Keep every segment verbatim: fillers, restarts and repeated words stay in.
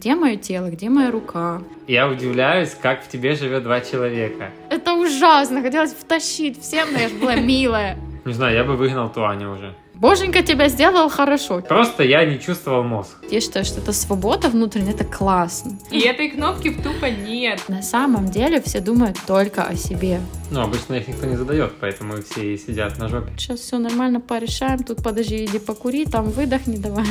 Где мое тело, где моя рука? Я удивляюсь, как в тебе живет два человека. Это ужасно, хотелось втащить всем, но я же была милая. Не знаю, я бы выгнал ту Аню уже. Боженька тебя сделал хорошо. Просто я не чувствовал мозг. Я считаю, что это свобода внутренняя, это классно. И этой кнопки тупо нет. На самом деле все думают только о себе. Ну, обычно их никто не задает, поэтому и все сидят на жопе. Сейчас все нормально порешаем, тут подожди, иди покури, там выдохни давай.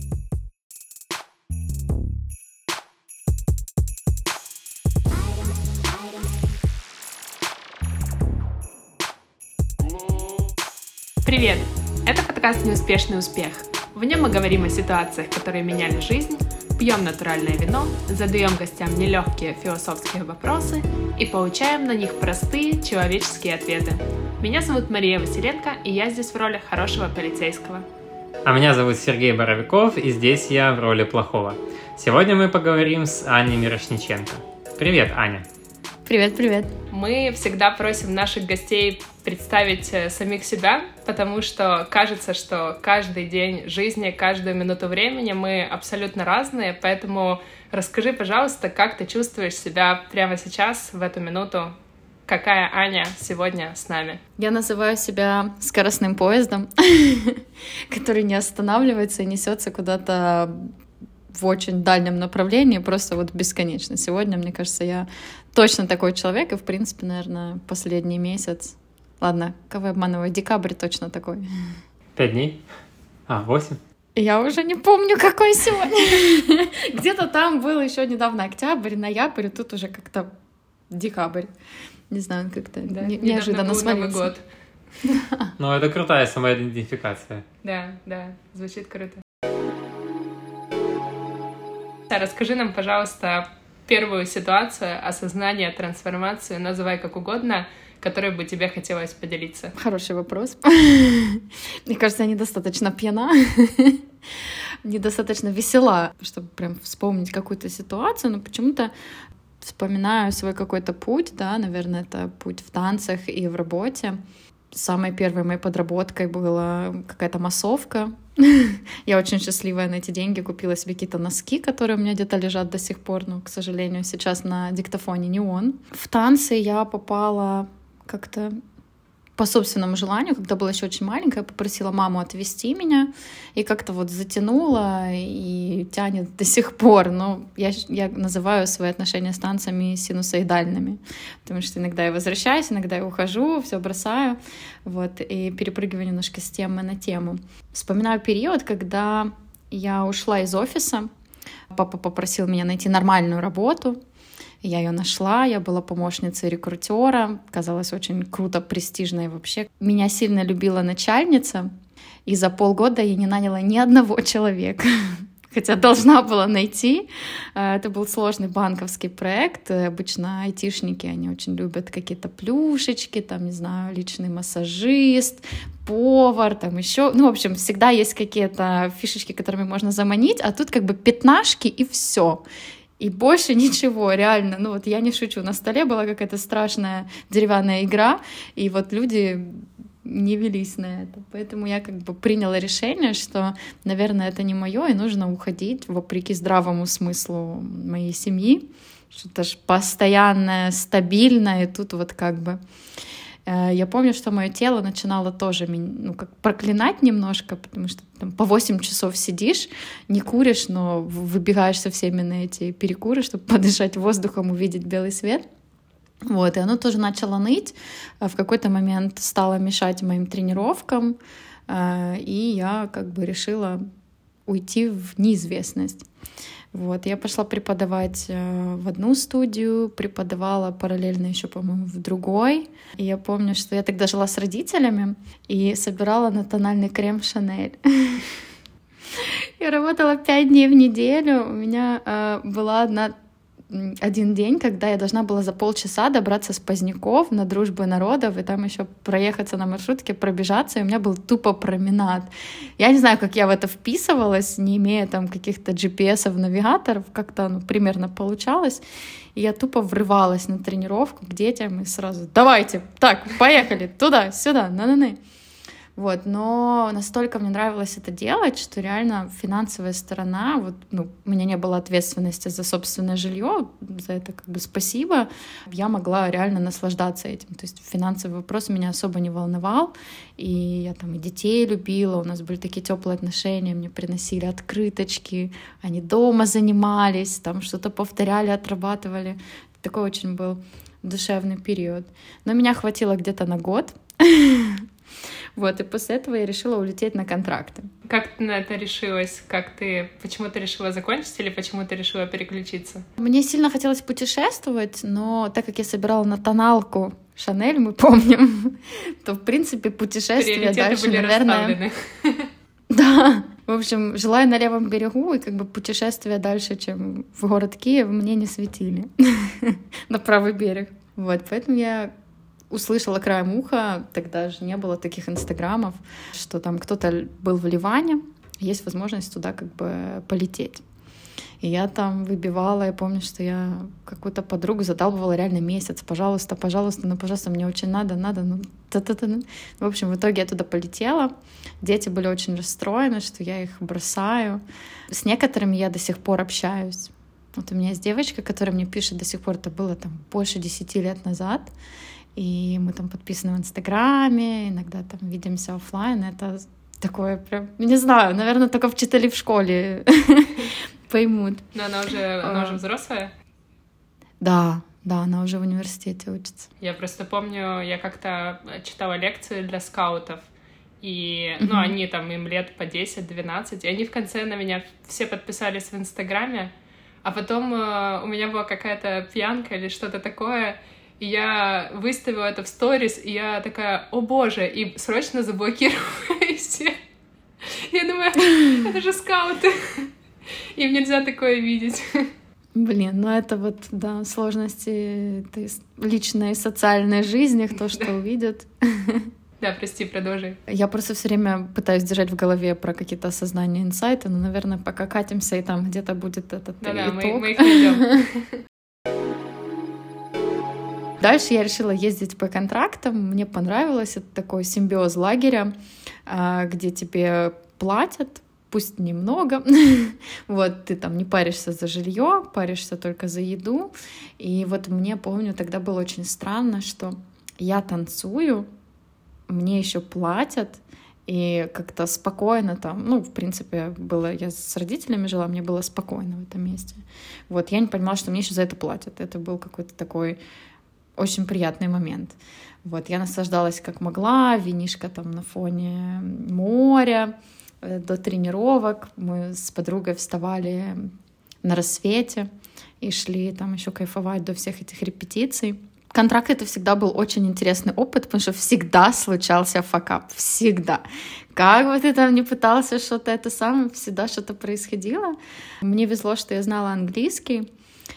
Привет! Это подкаст «Неуспешный успех». В нем мы говорим о ситуациях, которые меняли жизнь, пьем натуральное вино, задаем гостям нелегкие философские вопросы и получаем на них простые человеческие ответы. Меня зовут Мария Василенко, и я здесь в роли хорошего полицейского. А меня зовут Сергей Боровиков, и здесь я в роли плохого. Сегодня мы поговорим с Аней Мирошниченко. Привет, Аня! Привет-привет! Мы всегда просим наших гостей представить самих себя, потому что кажется, что каждый день жизни, каждую минуту времени мы абсолютно разные, поэтому расскажи, пожалуйста, как ты чувствуешь себя прямо сейчас, в эту минуту, какая Аня сегодня с нами? Я называю себя скоростным поездом, который не останавливается и несется куда-то в очень дальнем направлении, просто вот бесконечно. Сегодня, мне кажется, я точно такой человек, и, в принципе, наверное, последний месяц. Ладно, кого я обманываю, декабрь точно такой. Пять дней? А, восемь? Я уже не помню, какой сегодня. Где-то там был еще недавно октябрь, ноябрь, и тут уже как-то декабрь. Не знаю, как-то да, не, неожиданно свалился. Новый год. Ну, это крутая самоидентификация. Да, да, звучит круто. Расскажи нам, пожалуйста, первую ситуацию, осознание, трансформацию, называй как угодно, которой бы тебе хотелось поделиться. Хороший вопрос. Мне кажется, я недостаточно пьяна, недостаточно весела, чтобы прям вспомнить какую-то ситуацию, но почему-то вспоминаю свой какой-то путь, да, наверное, это путь в танцах и в работе. Самой первой моей подработкой была какая-то массовка. Я очень счастливая на эти деньги купила себе какие-то носки, которые у меня где-то лежат до сих пор, но, к сожалению, сейчас на диктофоне не он. В танцы я попала как-то по собственному желанию, когда была еще очень маленькая, попросила маму отвезти меня, и как-то вот затянула и тянет до сих пор. Но я, я называю свои отношения с танцами синусоидальными, потому что иногда я возвращаюсь, иногда я ухожу, все бросаю, вот, и перепрыгиваю немножко с темы на тему. Вспоминаю период, когда я ушла из офиса, папа попросил меня найти нормальную работу. Я ее нашла, я была помощницей рекрутера, казалось очень круто, престижно и вообще. Меня сильно любила начальница, и за полгода я не наняла ни одного человека, хотя должна была найти. Это был сложный банковский проект. Обычно айтишники, они очень любят какие-то плюшечки, там, не знаю, личный массажист, повар, там еще. Ну, в общем, всегда есть какие-то фишечки, которыми можно заманить, а тут как бы пятнашки и все. И больше ничего, реально. Ну вот я не шучу, на столе была какая-то страшная деревянная игра, и вот люди не велись на это. Поэтому я как бы приняла решение, что, наверное, это не мое, и нужно уходить вопреки здравому смыслу моей семьи, что это же постоянное, стабильное, и тут вот как бы... Я помню, что мое тело начинало тоже ну, как проклинать немножко, потому что там, по восемь часов сидишь, не куришь, но выбегаешь со всеми на эти перекуры, чтобы подышать воздухом, увидеть белый свет. Вот, и оно тоже начало ныть. В какой-то момент стало мешать моим тренировкам, и я как бы решила уйти в неизвестность. Вот, я пошла преподавать в одну студию, преподавала параллельно еще, по-моему, в другой. И я помню, что я тогда жила с родителями и собирала на тональный крем Шанель. Я работала пять дней в неделю. У меня была одна один день, когда я должна была за полчаса добраться с Поздняков на Дружбу народов, и там еще проехаться на маршрутке, пробежаться, и у меня был тупо променад. Я не знаю, как я в это вписывалась, не имея там каких-то джи пи эсов, навигаторов, как-то оно примерно получалось, и я тупо врывалась на тренировку к детям и сразу «давайте, так, поехали, туда, сюда, на-на-на». Вот, но настолько мне нравилось это делать, что реально финансовая сторона, вот, ну, у меня не было ответственности за собственное жилье, за это как бы спасибо, я могла реально наслаждаться этим. То есть финансовый вопрос меня особо не волновал, и я там и детей любила, у нас были такие теплые отношения, мне приносили открыточки, они дома занимались, там что-то повторяли, отрабатывали. Такой очень был душевный период. Но меня хватило где-то на год. Вот, и после этого я решила улететь на контракты. Как ты на это решилась? Как ты... Почему ты решила закончить или почему ты решила переключиться? Мне сильно хотелось путешествовать, но так как я собирала на тоналку Шанель, мы помним, то, в принципе, путешествия дальше, были наверное... расставлены. Да. В общем, жила я на левом берегу, и как бы путешествия дальше, чем в город Киев, мне не светили на правый берег. Вот, поэтому я услышала краем уха, тогда же не было таких инстаграмов, что там кто-то был в Ливане, есть возможность туда как бы полететь. И я там выбивала, я помню, что я какую-то подругу задалбывала реально месяц. Пожалуйста, пожалуйста, ну, пожалуйста, мне очень надо, надо, ну, та-та-та. В общем, в итоге я туда полетела. Дети были очень расстроены, что я их бросаю. С некоторыми я до сих пор общаюсь. Вот у меня есть девочка, которая мне пишет до сих пор, это было там больше десяти лет назад. И мы там подписаны в Инстаграме, иногда там видимся офлайн. Это такое прям, не знаю, наверное, только вчитали в школе поймут. Но она уже, она уже взрослая? Да, да, она уже в университете учится. Я просто помню, я как-то читала лекции для скаутов, и, ну, mm-hmm. они там, им лет по десять-двенадцать, и они в конце на меня все подписались в Инстаграме, а потом э, у меня была какая-то пьянка или что-то такое, и я выставила это в сторис, и я такая, о боже, и срочно заблокировала всех. Я думаю, это же скауты. Им нельзя такое видеть. Блин, ну это вот, да, сложности личной и социальной жизни, кто что увидит. Да, прости, продолжи. Я просто все время пытаюсь держать в голове про какие-то осознания, инсайты, но, наверное, пока катимся, и там где-то будет этот Да-да, итог. мы, мы их найдем. Дальше я решила ездить по контрактам, мне понравилось, это такой симбиоз лагеря, где тебе платят, пусть немного, вот, ты там не паришься за жилье, паришься только за еду, и вот мне, помню, тогда было очень странно, что я танцую, мне еще платят, и как-то спокойно там, ну, в принципе, было, я с родителями жила, мне было спокойно в этом месте, вот, я не понимала, что мне еще за это платят, это был какой-то такой очень приятный момент. Вот, я наслаждалась как могла, винишко там на фоне моря, до тренировок. Мы с подругой вставали на рассвете и шли там еще кайфовать до всех этих репетиций. Контракт — это всегда был очень интересный опыт, потому что всегда случался факап. Всегда. Как бы ты там ни пытался что-то это самое, всегда что-то происходило. Мне везло, что я знала английский,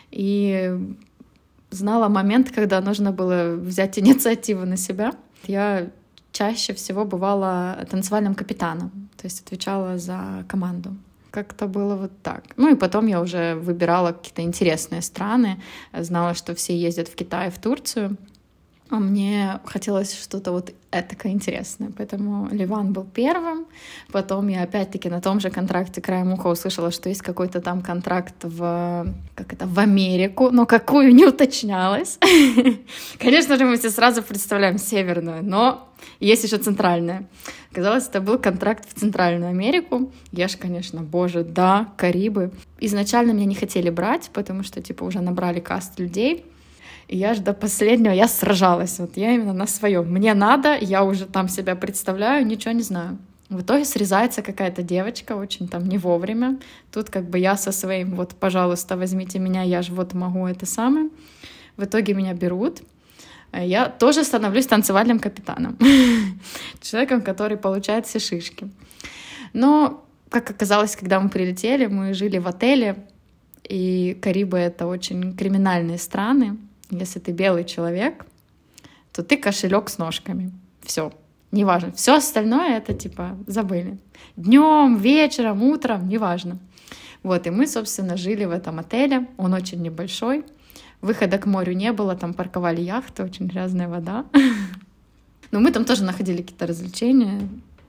и знала момент, когда нужно было взять инициативу на себя. Я чаще всего бывала танцевальным капитаном, то есть отвечала за команду. Как-то было вот так. Ну и потом я уже выбирала какие-то интересные страны, знала, что все ездят в Китай, в Турцию, а мне хотелось что-то вот этакое интересное, поэтому Ливан был первым. Потом я опять-таки на том же контракте краем уха услышала, что есть какой-то там контракт в, как это, в Америку, но какую не уточнялось. Конечно же, мы все сразу представляем северную, но есть еще центральная. Оказалось, это был контракт в Центральную Америку. Я ж, конечно, боже, да, Карибы. Изначально меня не хотели брать, потому что, типа, уже набрали каст людей. И я же до последнего, я сражалась. Вот я именно на своем. Мне надо, я уже там себя представляю, ничего не знаю. В итоге срезается какая-то девочка, очень там не вовремя. Тут как бы я со своим, вот, пожалуйста, возьмите меня, я же вот могу это самое. В итоге меня берут. Я тоже становлюсь танцевальным капитаном. Человеком, который получает все шишки. Но, как оказалось, когда мы прилетели, мы жили в отеле, и Карибы — это очень криминальные страны. Если ты белый человек, то ты кошелек с ножками. Все, неважно. Все остальное — это типа забыли. Днем, вечером, утром, неважно. Вот, и мы, собственно, жили в этом отеле. Он очень небольшой. Выхода к морю не было, там парковали яхты, очень грязная вода. Но мы там тоже находили какие-то развлечения.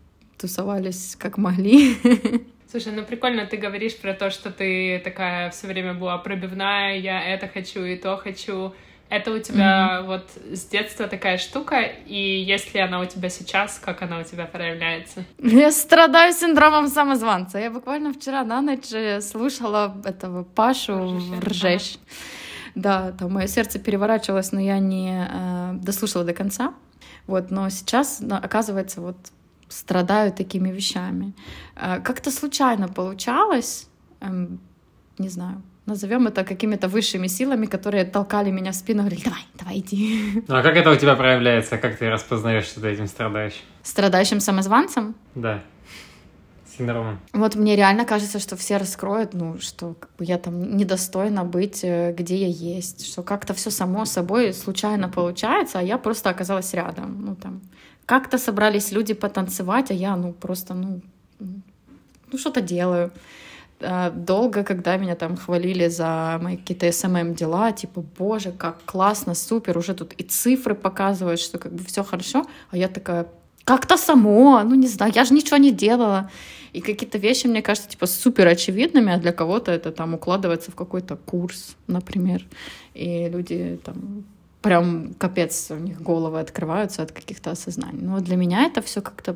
тусовались как могли. Слушай, ну прикольно, ты говоришь про то, что ты такая все время была пробивная, я это хочу и то хочу. Это у тебя mm-hmm. вот с детства такая штука, и если она у тебя сейчас, как она у тебя проявляется? Я страдаю синдромом самозванца. Я буквально вчера на ночь слушала этого Пашу Ржещ. Да, там мое сердце переворачивалось, но я не э, дослушала до конца. Вот, но сейчас, оказывается, вот страдаю такими вещами. Э, как-то случайно получалось, э, не знаю, назовем это какими-то высшими силами, которые толкали меня в спину, говорили: давай, давай, иди. Ну, а как это у тебя проявляется? Как ты распознаешь, что ты этим страдаешь? Страдающим самозванцем? Да. Синдромом. Вот мне реально кажется, что все раскроют, ну, что как бы я там недостойна быть, где я есть, что как-то все само собой случайно получается, а я просто оказалась рядом. Ну, там, как-то собрались люди потанцевать, а я, ну, просто, ну, ну что-то делаю. Долго, когда меня там хвалили за мои какие-то эс эм эм-дела, типа, боже, как классно, супер, уже тут и цифры показывают, что как бы все хорошо, а я такая, как-то само, ну не знаю, я же ничего не делала. И какие-то вещи, мне кажется, типа супер очевидными, а для кого-то это там укладывается в какой-то курс, например. И люди там прям капец, у них головы открываются от каких-то осознаний. Но для меня это все как-то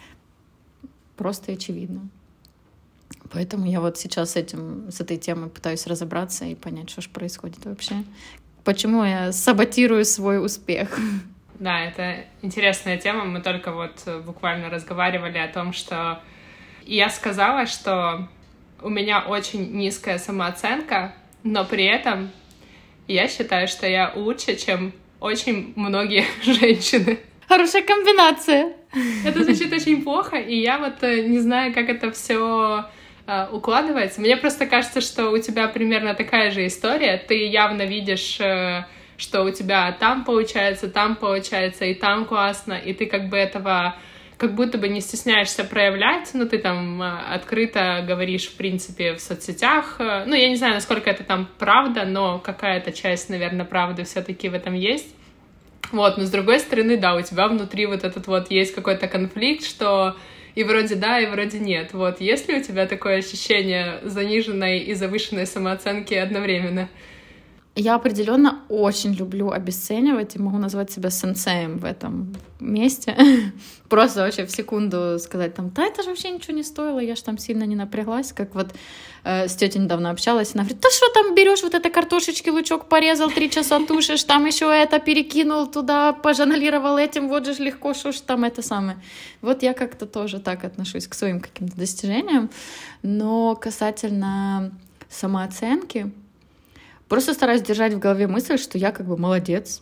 просто очевидно. Поэтому я вот сейчас с этим, с этой темой пытаюсь разобраться и понять, что же происходит вообще. Почему я саботирую свой успех. Да, это интересная тема. Мы только вот буквально разговаривали о том, что я сказала, что у меня очень низкая самооценка, но при этом я считаю, что я лучше, чем очень многие женщины. Хорошая комбинация. Это звучит очень плохо, и я вот не знаю, как это все укладывается. Мне просто кажется, что у тебя примерно такая же история. Ты явно видишь, что у тебя там получается, там получается, и там классно, и ты как бы этого как будто бы не стесняешься проявлять, но ты там открыто говоришь, в принципе, в соцсетях. Ну, я не знаю, насколько это там правда, но какая-то часть, наверное, правды все-таки в этом есть. Вот, но с другой стороны, да, у тебя внутри вот этот вот есть какой-то конфликт, что и вроде да, и вроде нет. Вот, есть ли у тебя такое ощущение заниженной и завышенной самооценки одновременно? Я определенно очень люблю обесценивать и могу назвать себя сенсеем в этом месте. Просто вообще в секунду сказать там, да, это же вообще ничего не стоило, я же там сильно не напряглась, как вот э, с тетей недавно общалась, она говорит, да что там берешь, вот это картошечки, лучок порезал, три часа тушишь, там еще это перекинул туда, пожонглировал этим, вот же легко, что ж там это самое. Вот я как-то тоже так отношусь к своим каким-то достижениям, но касательно самооценки, просто стараюсь держать в голове мысль, что я как бы молодец.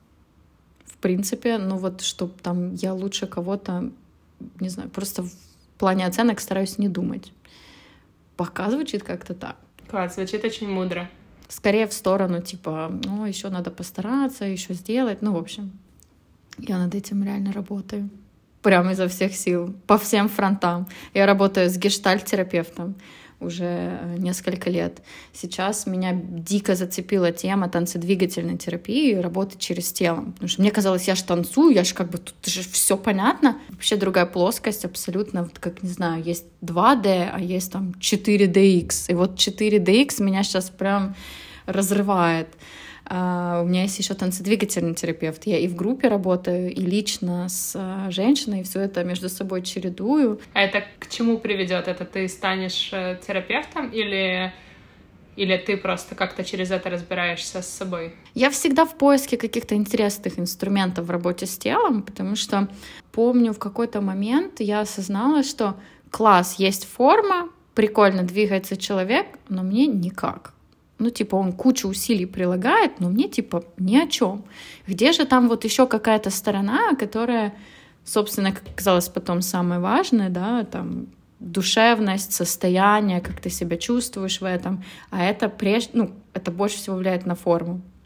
В принципе, ну вот, чтобы там я лучше кого-то, не знаю, просто в плане оценок стараюсь не думать. Пока звучит как-то так. Класс, звучит очень мудро. Скорее в сторону, типа, ну, еще надо постараться, еще сделать. Ну, в общем, я над этим реально работаю. Прямо изо всех сил, по всем фронтам. Я работаю с гештальт-терапевтом уже несколько лет. Сейчас меня дико зацепила тема танцедвигательной терапии и работы через тело. Потому что мне казалось, я ж танцую, я ж как бы тут же все понятно. Вообще другая плоскость абсолютно, как, не знаю, есть два дэ, а есть там четыре дэ икс. И вот четыре дэ икс меня сейчас прям разрывает. Uh, у меня есть еще танцедвигательный терапевт. Я и в группе работаю, и лично с uh, женщиной, и все это между собой чередую. А это к чему приведет? Это ты станешь терапевтом или, или ты просто как-то через это разбираешься с собой? Я всегда в поиске каких-то интересных инструментов в работе с телом, потому что помню, в какой-то момент я осознала, что класс, есть форма, прикольно двигается человек, но мне никак. Ну, типа, он кучу усилий прилагает, но мне, типа, ни о чем. Где же там вот еще какая-то сторона, которая, собственно, как оказалось потом самое важное, да, там, душевность, состояние, как ты себя чувствуешь в этом, а это, прежде, ну, это больше всего влияет на форму.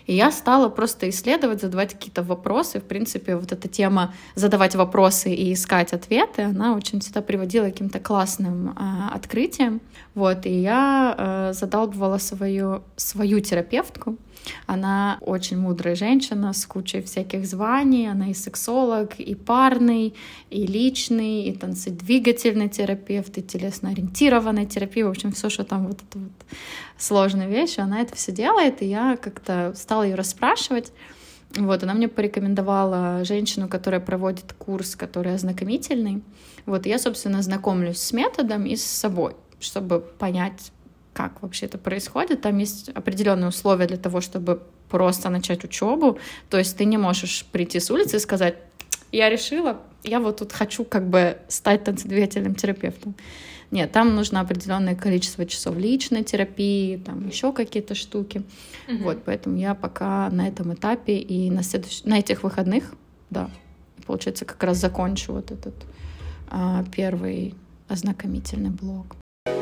И я стала просто исследовать, задавать какие-то вопросы. В принципе, вот эта тема задавать вопросы и искать ответы, она очень всегда приводила к каким-то классным э, открытиям. Вот, и я э, задалбывала свою, свою терапевтку. Она очень мудрая женщина с кучей всяких званий. Она и сексолог, и парный, и личный, и танцедвигательный терапевт, и телесно-ориентированный терапевт. В общем, все, что там вот это вот сложные вещи, она это все делает. И я как-то стала ее расспрашивать. Вот, она мне порекомендовала женщину, которая проводит курс, который ознакомительный. Вот, и я, собственно, знакомлюсь с методом и с собой, чтобы понять, как вообще это происходит. Там есть определенные условия для того, чтобы просто начать учебу. То есть ты не можешь прийти с улицы и сказать: я решила, я вот тут хочу как бы стать танцедвигательным терапевтом. Нет, там нужно определенное количество часов личной терапии, там еще какие-то штуки. Mm-hmm. Вот, поэтому я пока на этом этапе и на, следующ... на этих выходных, да, получается, как раз закончу вот этот а, первый ознакомительный блок.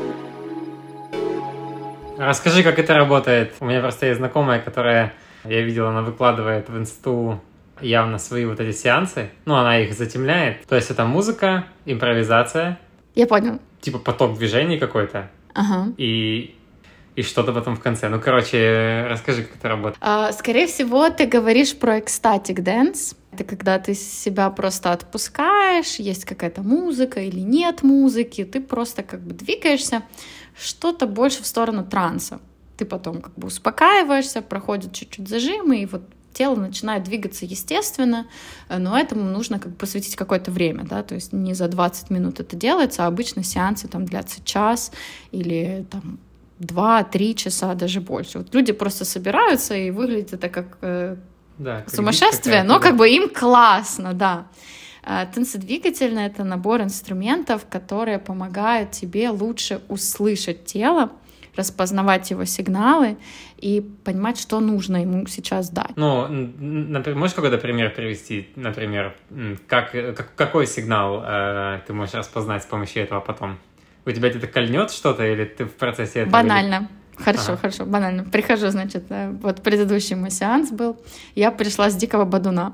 Расскажи, как это работает. У меня просто есть знакомая, которая, я видел, она выкладывает в инсту явно свои вот эти сеансы. Ну, она их затемняет. То есть это музыка, импровизация. Я понял. Типа поток движений какой-то. Ага. И, и что-то потом в конце. Ну, короче, расскажи, как это работает. А, скорее всего, ты говоришь про ecstatic dance. Это когда ты себя просто отпускаешь, есть какая-то музыка или нет музыки, ты просто как бы двигаешься, что-то больше в сторону транса. Ты потом как бы успокаиваешься, проходит чуть-чуть зажимы, и вот тело начинает двигаться естественно, но этому нужно как бы посвятить какое-то время, да, то есть не за двадцать минут это делается, а обычно сеансы там длятся час или там два-три часа, даже больше. Вот люди просто собираются, и выглядит это как э, да, сумасшествие, но как бы им классно, да. Танцедвигательный — это набор инструментов, которые помогают тебе лучше услышать тело, распознавать его сигналы и понимать, что нужно ему сейчас дать. Ну, например, можешь какой-то пример привести? Например, как, как, какой сигнал э, ты можешь распознать с помощью этого потом? У тебя где-то кольнет что-то, или ты в процессе этого... Банально. Хорошо, ага. хорошо, банально. Прихожу, значит, вот предыдущий мой сеанс был, я пришла с дикого бадуна.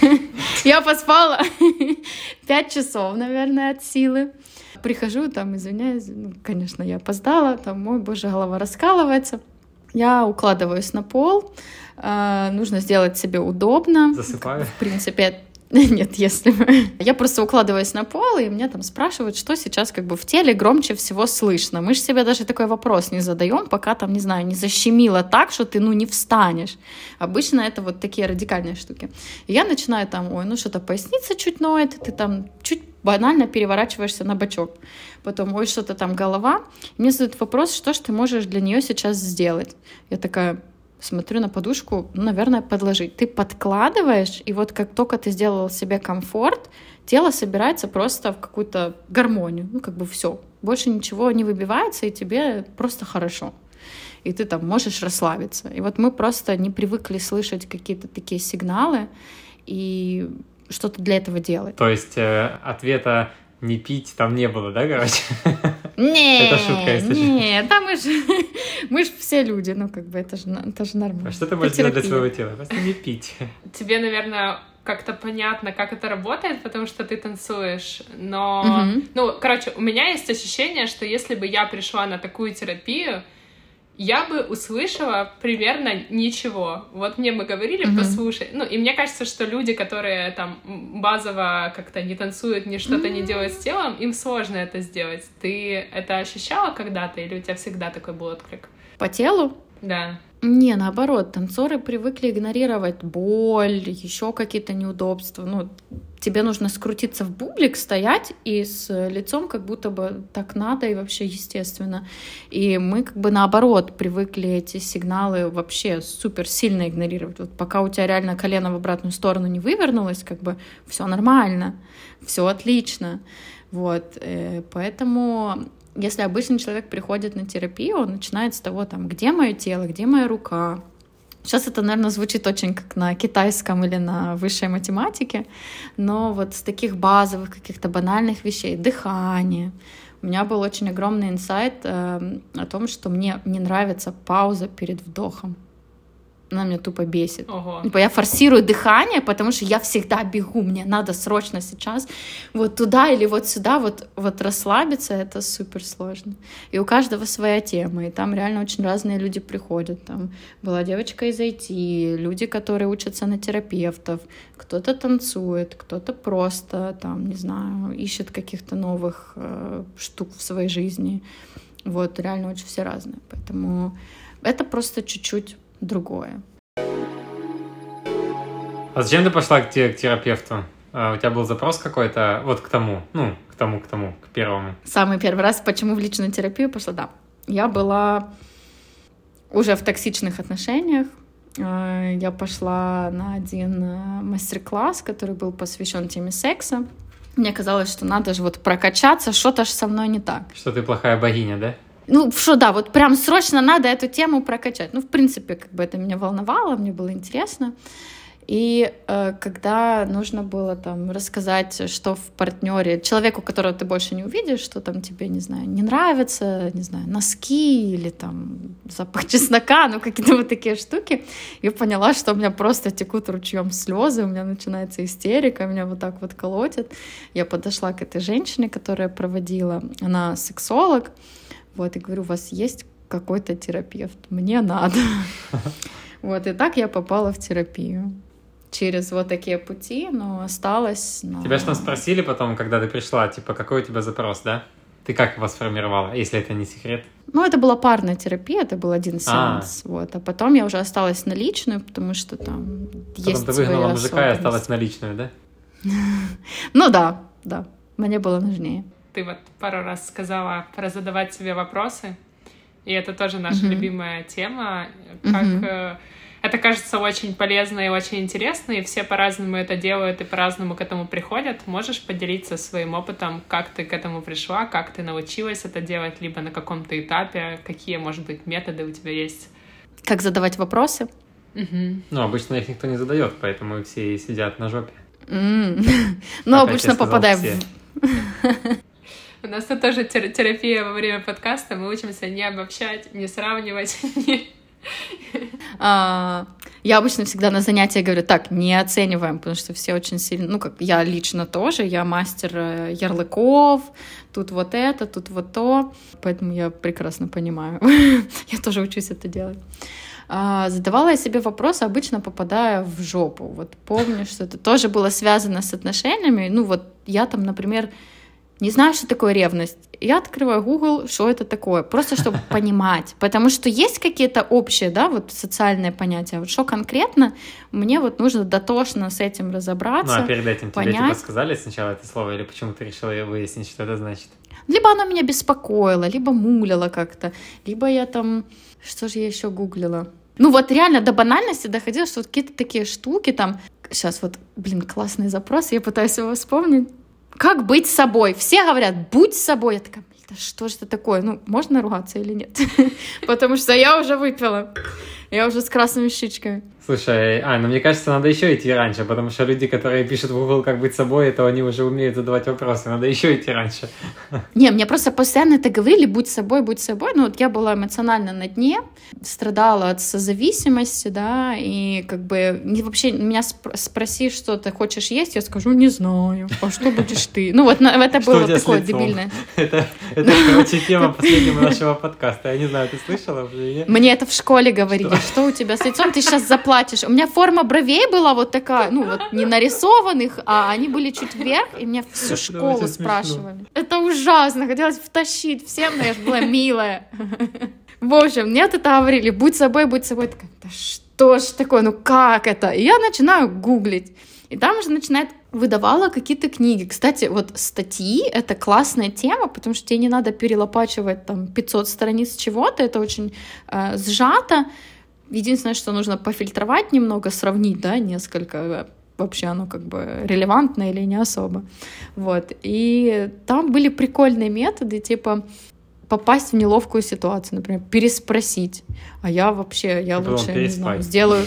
Я поспала пять часов, наверное, от силы. Прихожу, там, извиняюсь, ну, конечно, я опоздала, там, мой боже, голова раскалывается. Я укладываюсь на пол, э, нужно сделать себе удобно. Засыпаю? В принципе, нет, если бы. Я просто укладываюсь на пол, и меня там спрашивают, что сейчас как бы в теле громче всего слышно. Мы же себе даже такой вопрос не задаем, пока там, не знаю, не защемило так, что ты, ну, не встанешь. Обычно это вот такие радикальные штуки. И я начинаю там, ой, ну что-то поясница чуть ноет, ты там чуть банально переворачиваешься на бочок. Потом, ой, что-то там голова. И мне задают вопрос, что ж ты можешь для нее сейчас сделать? Я такая... Смотрю на подушку, ну, наверное, подложить. Ты подкладываешь, и вот как только ты сделал себе комфорт, тело собирается просто в какую-то гармонию. Ну, как бы все. Больше ничего не выбивается, и тебе просто хорошо. И ты там можешь расслабиться. И вот мы просто не привыкли слышать какие-то такие сигналы и что-то для этого делать. То есть э, ответа не пить там не было, да, короче? Не, это шутка, если не, да мы же мы ж все люди, ну как бы это же это же нормально. А что ты можешь делать для своего тела? Просто не пить. Тебе, наверное, как-то понятно, как это работает, потому что ты танцуешь, но... Угу. Ну, короче, у меня есть ощущение, что если бы я пришла на такую терапию, я бы услышала примерно ничего. Вот мне бы говорили, mm-hmm. послушай. Ну, и мне кажется, что люди, которые там базово как-то не танцуют, ни что-то mm-hmm. не делают с телом, им сложно это сделать. Ты это ощущала когда-то, или у тебя всегда такой был отклик? По телу? Да. Не, наоборот, танцоры привыкли игнорировать боль, еще какие-то неудобства. Ну, тебе нужно скрутиться в бублик, стоять и с лицом как будто бы так надо и вообще естественно. И мы как бы наоборот привыкли эти сигналы вообще супер сильно игнорировать. Вот пока у тебя реально колено в обратную сторону не вывернулось, как бы все нормально, все отлично. Вот, поэтому... Если обычный человек приходит на терапию, он начинает с того, там, где мое тело, где моя рука. Сейчас это, наверное, звучит очень как на китайском или на высшей математике, но вот с таких базовых каких-то банальных вещей, дыхание. У меня был очень огромный инсайт э, о том, что мне не нравится пауза перед вдохом. она меня тупо бесит. Ого. Типа я форсирую дыхание, потому что я всегда бегу, мне надо срочно сейчас вот туда или вот сюда, вот, вот расслабиться, это супер сложно. И у каждого своя тема, и там реально очень разные люди приходят. Там была девочка из ай ти, люди, которые учатся на терапевтов, кто-то танцует, кто-то просто, там, не знаю, ищет каких-то новых э, штук в своей жизни. Вот, реально очень все разные. Поэтому это просто чуть-чуть другое. А зачем ты пошла к, те, к терапевту? А, у тебя был запрос какой-то вот к тому, ну, к тому, к тому, к первому? Самый первый раз, почему в личную терапию пошла, да. Я была уже в токсичных отношениях. Я пошла на один мастер-класс, который был посвящен теме секса. Мне казалось, что надо же вот прокачаться, что-то же со мной не так. Что ты плохая богиня, да? Ну, что, да, вот прям срочно надо эту тему прокачать. Ну, в принципе, как бы это меня волновало, мне было интересно. И э, когда нужно было там рассказать, что в партнере, человеку, которого ты больше не увидишь, что там тебе, не знаю, не нравится, не знаю, носки или там запах чеснока, ну, какие-то вот такие штуки, я поняла, что у меня просто текут ручьем слезы, у меня начинается истерика, меня вот так вот колотит. Я подошла к этой женщине, которая проводила, она сексолог, вот, и говорю, у вас есть какой-то терапевт? Мне надо. Вот, и так я попала в терапию. Через вот такие пути, но осталось... На... Тебя же там спросили потом, когда ты пришла, типа, какой у тебя запрос, да? Ты как его сформировала, если это не секрет? Ну, это была парная терапия, это был один сеанс, а, вот. А потом я уже осталась на личную, потому что там потом есть ты выгнала свои мужика и осталась на личную, да? Ну да, да, мне было нужнее. Ты вот пару раз сказала про задавать себе вопросы, и это тоже наша любимая тема, как... Это кажется очень полезно и очень интересно, и все по-разному это делают и по-разному к этому приходят. Можешь поделиться своим опытом, как ты к этому пришла, как ты научилась это делать, либо на каком-то этапе, какие, может быть, методы у тебя есть? Как задавать вопросы? Угу. Ну, обычно их никто не задает, поэтому и все сидят на жопе. Ну, обычно попадаем в... У нас тут тоже терапия во время подкаста, мы учимся не обобщать, не сравнивать, не... А, я обычно всегда на занятия говорю, так, не оцениваем, потому что все очень сильно, ну, как я лично тоже, я мастер ярлыков, тут вот это, тут вот то, поэтому я прекрасно понимаю, я тоже учусь это делать. А, задавала я себе вопросы, обычно попадая в жопу, вот помню, что это тоже было связано с отношениями, ну, вот я там, например, не знаю, что такое ревность. Я открываю Google, что это такое, просто чтобы понимать. Потому что есть какие-то общие, да, вот социальные понятия. Вот что конкретно, мне вот нужно дотошно с этим разобраться. Ну, а перед этим понять. Тебе типа сказали сначала это слово, или почему ты решила выяснить, что это значит? Либо оно меня беспокоило, либо мулило как-то, либо я там... Что же я еще гуглила? Ну вот реально до банальности доходило, что вот какие-то такие штуки там... Сейчас вот, блин, классный запрос, я пытаюсь его вспомнить. Как быть собой? Все говорят, будь собой. Я такая, да что же это такое? Ну, можно ругаться или нет? Потому что я уже выпила. Я уже с красными щечками. Слушай, а, ну мне кажется, надо еще идти раньше, потому что люди, которые пишут в Google, как быть собой, то они уже умеют задавать вопросы. Надо еще идти раньше. Не, мне просто постоянно это говорили, будь собой, будь собой. Ну вот я была эмоционально на дне, страдала от созависимости, да, и как бы не, вообще меня спро- спроси, что ты хочешь есть, я скажу, не знаю, а что будешь ты? Ну вот это было такое дебильное. Это, короче, тема последнего нашего подкаста. Я не знаю, ты слышала уже, нет? Мне это в школе говорили, что у тебя с лицом, ты сейчас заплатишь. У меня форма бровей была вот такая, ну вот не нарисованных, а они были чуть вверх, и меня всю школу спрашивали. Это ужасно, хотелось втащить всем, но я же была милая. В общем, мне вот это говорили, будь собой, будь собой. Такая, да что ж такое, ну как это? И я начинаю гуглить. И там уже начинает выдавала какие-то книги. Кстати, вот статьи — это классная тема, потому что тебе не надо перелопачивать там пятьсот страниц чего-то, это очень э, сжато. Единственное, что нужно пофильтровать немного, сравнить, да, несколько, вообще оно как бы релевантно или не особо. Вот. И там были прикольные методы, типа попасть в неловкую ситуацию, например, переспросить. А я вообще, я лучше, не знаю, сделаю...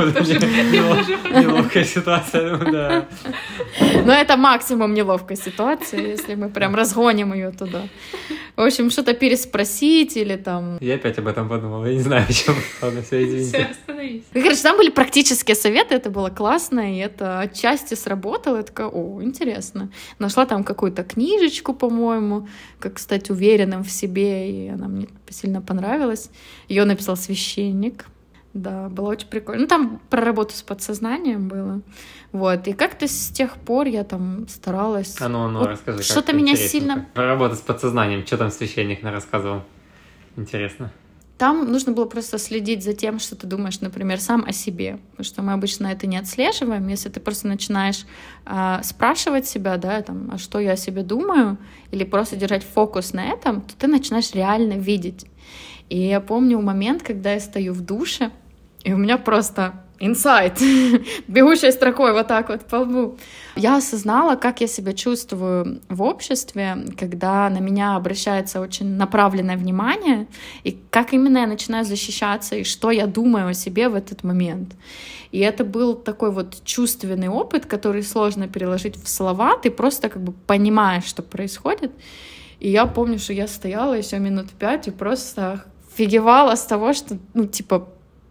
Неловкая ситуация, ну да. Но это максимум неловкой ситуации, если мы прям разгоним ее туда. В общем, что-то переспросить или там... Я опять об этом подумал, я не знаю, почему. Ладно, все, извините. Все, остановись. Короче, там были практические советы, это было классно, и это отчасти сработало. Я такая, о, интересно. Нашла там какую-то книжечку, по-моему, как стать уверенным в себе, и она мне сильно понравилась. Ее написал священник. Да, было очень прикольно. Ну, там про работу с подсознанием было. Вот. И как-то с тех пор я там старалась... А ну, ну, вот расскажи. Что-то меня сильно... Про работу с подсознанием. Что там священник рассказывал? Интересно. Там нужно было просто следить за тем, что ты думаешь, например, сам о себе. Потому что мы обычно это не отслеживаем. Если ты просто начинаешь э, спрашивать себя, да, там, а что я о себе думаю, или просто держать фокус на этом, то ты начинаешь реально видеть. И я помню момент, когда я стою в душе, и у меня просто инсайт, бегущей строкой вот так вот по лбу. Я осознала, как я себя чувствую в обществе, когда на меня обращается очень направленное внимание, и как именно я начинаю защищаться, и что я думаю о себе в этот момент. И это был такой вот чувственный опыт, который сложно переложить в слова, ты просто как бы понимаешь, что происходит. И я помню, что я стояла еще минут пять и просто офигевала с того, что, ну, типа,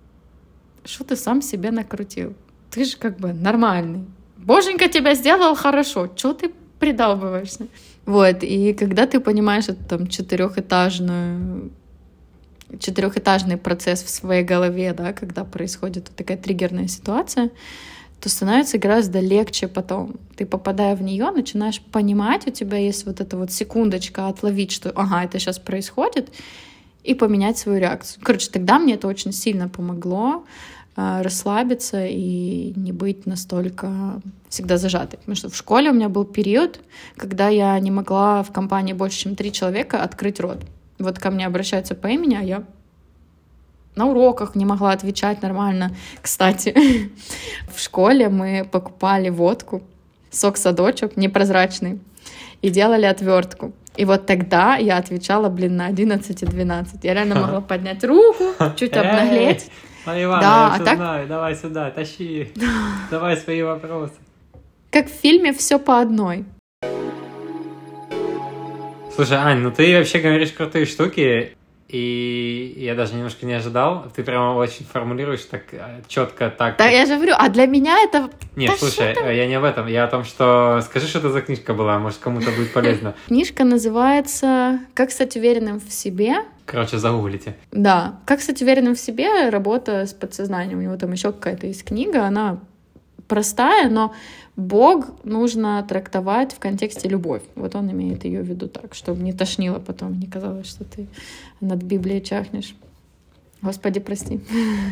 что ты сам себе накрутил? Ты же как бы нормальный. Боженька тебя сделал хорошо. Чего ты придалбываешься? Вот, и когда ты понимаешь этот там четырехэтажную, четырехэтажный процесс в своей голове, да, когда происходит вот такая триггерная ситуация, то становится гораздо легче потом. Ты, попадая в нее, начинаешь понимать, у тебя есть вот эта вот секундочка отловить, что ага, это сейчас происходит, и поменять свою реакцию. Короче, тогда мне это очень сильно помогло э, расслабиться и не быть настолько всегда зажатой. Потому что в школе у меня был период, когда я не могла в компании больше, чем три человека открыть рот. Вот ко мне обращаются по имени, а я на уроках не могла отвечать нормально. Кстати, в школе мы покупали водку, сок-садочек непрозрачный, и делали отвертку. И вот тогда я отвечала, блин, на одиннадцать и двенадцать. Я реально могла поднять руку, чуть обнаглеть. Эй, Иван, да, я а все так... знаю, давай сюда, тащи, давай свои вопросы. Как в фильме «Все по одной». Слушай, Ань, ну ты вообще говоришь крутые штуки, и я даже немножко не ожидал. Ты прямо очень формулируешь так четко, так... Да, я же говорю, а для меня это... Нет, да слушай, я не об этом. Я о том, что... Скажи, что это за книжка была, может, кому-то будет полезно. Книжка называется «Как стать уверенным в себе». Короче, загуглите. Да, «Как стать уверенным в себе», работа с подсознанием. У него там еще какая-то есть книга, она простая, но Бог нужно трактовать в контексте любовь. Вот он имеет ее в виду так, чтобы не тошнило потом, не казалось, что ты над Библией чахнешь. Господи, прости.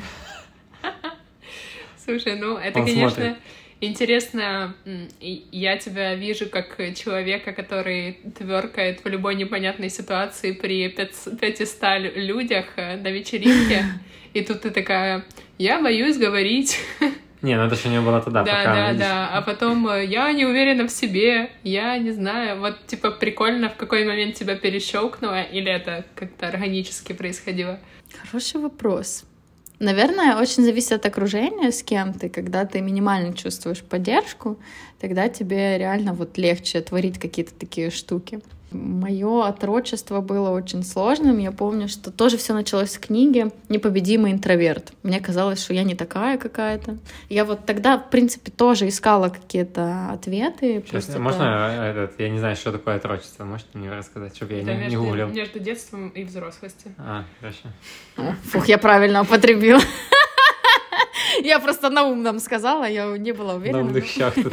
Слушай, ну это, Он конечно, смотрит. Интересно. Я тебя вижу как человека, который тверкает в любой непонятной ситуации при пятиста людях на вечеринке, и тут ты такая: я боюсь говорить. Не, ну это же у нее было тогда, да, пока... Да, видишь... да, а потом я не уверена в себе, я не знаю, вот типа прикольно, в какой момент тебя перещелкнуло, или это как-то органически происходило? Хороший вопрос. Наверное, очень зависит от окружения, с кем ты. Когда ты минимально чувствуешь поддержку, тогда тебе реально вот легче творить какие-то такие штуки. Мое отрочество было очень сложным. Я помню, что тоже все началось с книги «Непобедимый интроверт». Мне казалось, что я не такая какая-то. Я вот тогда, в принципе, тоже искала какие-то ответы. Сейчас, можно, это... этот, я не знаю, что такое отрочество. Можете мне рассказать, чтобы я это не, между, не гуглил? Между детством и взрослостью. А, хорошо. О, фух, я правильно употребила. Я просто на умном сказала, я не была уверена. На умных щах тут.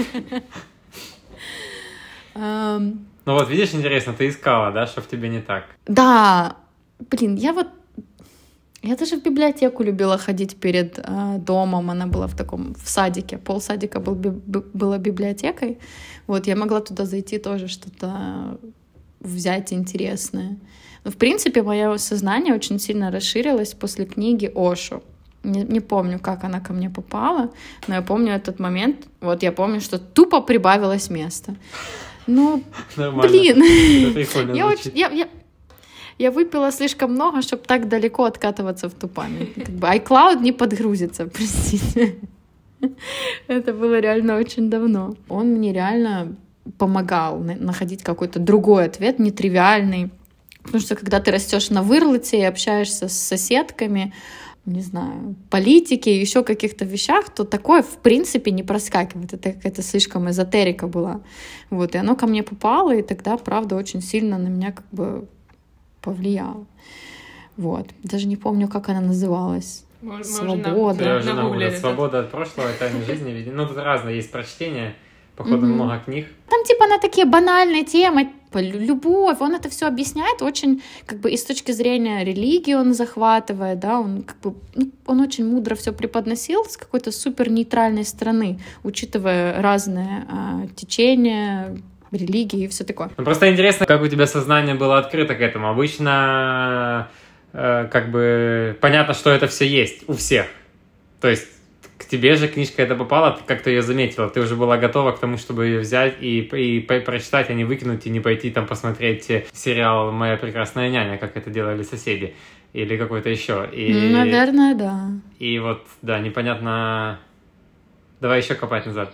Ну вот, видишь, интересно, ты искала, да, что в тебе не так? Да, блин, я вот... Я даже в библиотеку любила ходить перед э, домом, она была в таком, в садике, полсадика был, би, была библиотекой, вот, я могла туда зайти тоже что-то взять интересное. Но, в принципе, мое сознание очень сильно расширилось после книги Ошо. Не, не помню, как она ко мне попала, но я помню этот момент, вот, я помню, что тупо прибавилось место. Ну, нормально. Блин, я, очень, я, я, я выпила слишком много, чтобы так далеко откатываться в ту память. Как бы iCloud не подгрузится, простите. Это было реально очень давно. Он мне реально помогал находить какой-то другой ответ, нетривиальный, Потому что когда ты растешь на вырлоте и общаешься с соседками, не знаю, политики, еще каких-то вещах, то такое, в принципе, не проскакивает. Это какая-то слишком эзотерика была. Вот, и оно ко мне попало, и тогда, правда, очень сильно на меня как бы повлияло. Вот. Даже не помню, как она называлась. Мы, Свобода. Я уже нагуглил. Свобода от прошлого, тайны жизни. Ну, тут разные есть прочтения. Походу, mm-hmm. много книг. Там типа на такие банальные темы, любовь, он это все объясняет очень, как бы и с точки зрения религии он захватывает, да, он как бы, ну, он очень мудро все преподносил с какой-то супер нейтральной стороны, учитывая разные а, течения, религии и все такое. Ну, просто интересно, как у тебя сознание было открыто к этому. Обычно э, как бы понятно, что это все есть у всех. То есть к тебе же книжка эта попала, ты как-то ее заметила, ты уже была готова к тому, чтобы ее взять и, и прочитать, а не выкинуть, и не пойти там посмотреть сериал «Моя прекрасная няня», как это делали соседи, или какой-то еще. И, наверное, да. И вот, да, непонятно... Давай еще копать назад.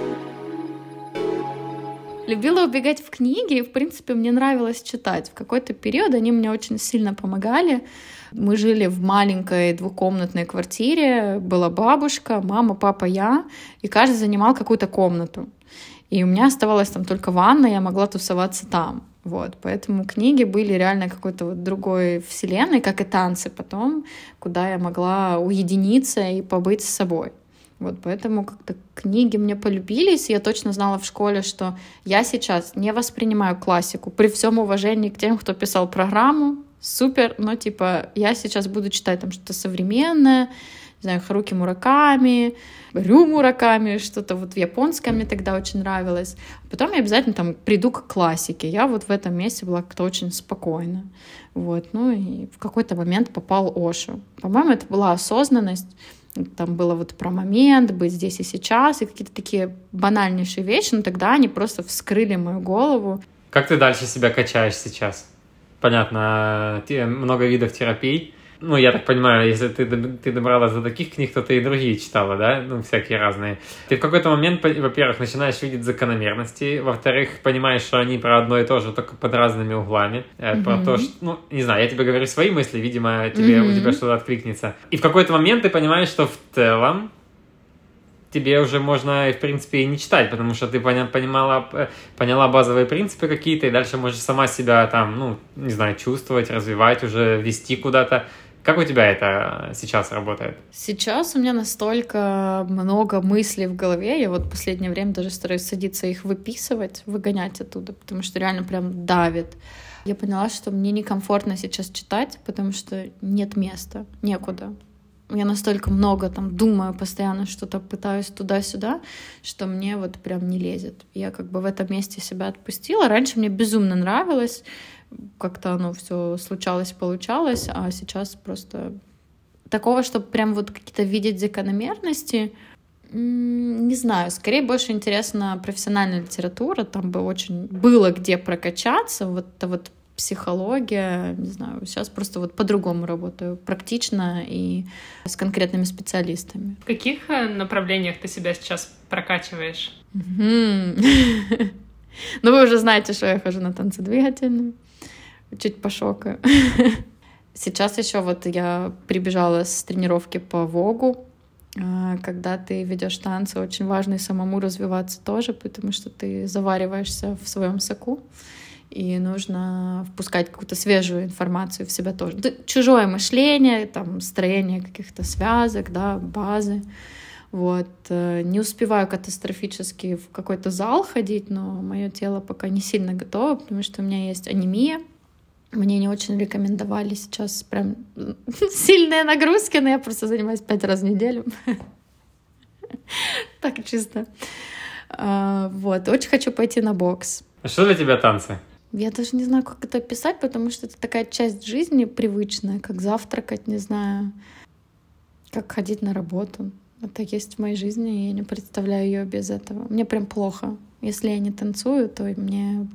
Любила убегать в книги, и, в принципе, мне нравилось читать. В какой-то период они мне очень сильно помогали. Мы жили в маленькой двухкомнатной квартире, была бабушка, мама, папа, я, и каждый занимал какую-то комнату. И у меня оставалась там только ванна, я могла тусоваться там. Вот, поэтому книги были реально какой-то вот другой вселенной, как и танцы потом, куда я могла уединиться и побыть с собой. Вот, поэтому как-то книги мне полюбились, и я точно знала в школе, что я сейчас не воспринимаю классику, при всем уважении к тем, кто писал программу, супер, но типа я сейчас буду читать там что-то современное, не знаю, Харуки Мураками, Рю Мураками, что-то вот в японском мне тогда очень нравилось. Потом я обязательно там приду к классике. Я вот в этом месте была как-то очень спокойна. Вот, ну и в какой-то момент попал Ошо. По-моему, это была осознанность. Там было вот про момент, быть здесь и сейчас, и какие-то такие банальнейшие вещи, но тогда они просто вскрыли мою голову. Как ты дальше себя качаешь сейчас? Понятно, много видов терапий. Ну, я так понимаю, если ты, ты добралась до таких книг, то ты и другие читала, да? Ну, всякие разные. Ты в какой-то момент, во-первых, начинаешь видеть закономерности, во-вторых, понимаешь, что они про одно и то же, только под разными углами. Mm-hmm. Про то, что, ну, не знаю, я тебе говорю свои мысли, видимо, тебе, mm-hmm. у тебя что-то откликнется. И в какой-то момент ты понимаешь, что в целом тебе уже можно, в принципе, и не читать, потому что ты понимала, поняла базовые принципы какие-то, и дальше можешь сама себя там, ну, не знаю, чувствовать, развивать, уже вести куда-то. Как у тебя это сейчас работает? Сейчас у меня настолько много мыслей в голове, я вот в последнее время даже стараюсь садиться их выписывать, выгонять оттуда, потому что реально прям давит. Я поняла, что мне некомфортно сейчас читать, потому что нет места, некуда. Я настолько много там думаю, постоянно что-то пытаюсь туда-сюда, что мне вот прям не лезет. Я как бы в этом месте себя отпустила. Раньше мне безумно нравилось, как-то оно все случалось, получалось, а сейчас просто такого, чтобы прям вот какие-то видеть закономерности, не знаю, скорее больше интересна профессиональная литература, там бы очень было где прокачаться, вот это вот психология, не знаю, сейчас просто вот по-другому работаю, практично и с конкретными специалистами. В каких направлениях ты себя сейчас прокачиваешь? Ну, вы уже знаете, что я хожу на танцедвигательные, чуть пошокаю. Сейчас еще вот я прибежала с тренировки по вогу. Когда ты ведешь танцы, очень важно и самому развиваться тоже, потому что ты завариваешься в своем соку, и нужно впускать какую-то свежую информацию в себя тоже. Чужое мышление, там, строение каких-то связок, да, базы. Вот. Не успеваю катастрофически в какой-то зал ходить, но мое тело пока не сильно готово, потому что у меня есть анемия. Мне не очень рекомендовали сейчас прям сильные нагрузки, но я просто занимаюсь пять раз в неделю. Так чисто. Вот. Очень хочу пойти на бокс. А что для тебя танцы? Я даже не знаю, как это описать, потому что это такая часть жизни привычная, как завтракать, не знаю, как ходить на работу. Это есть в моей жизни, и я не представляю ее без этого. Мне прям плохо. Если я не танцую, то мне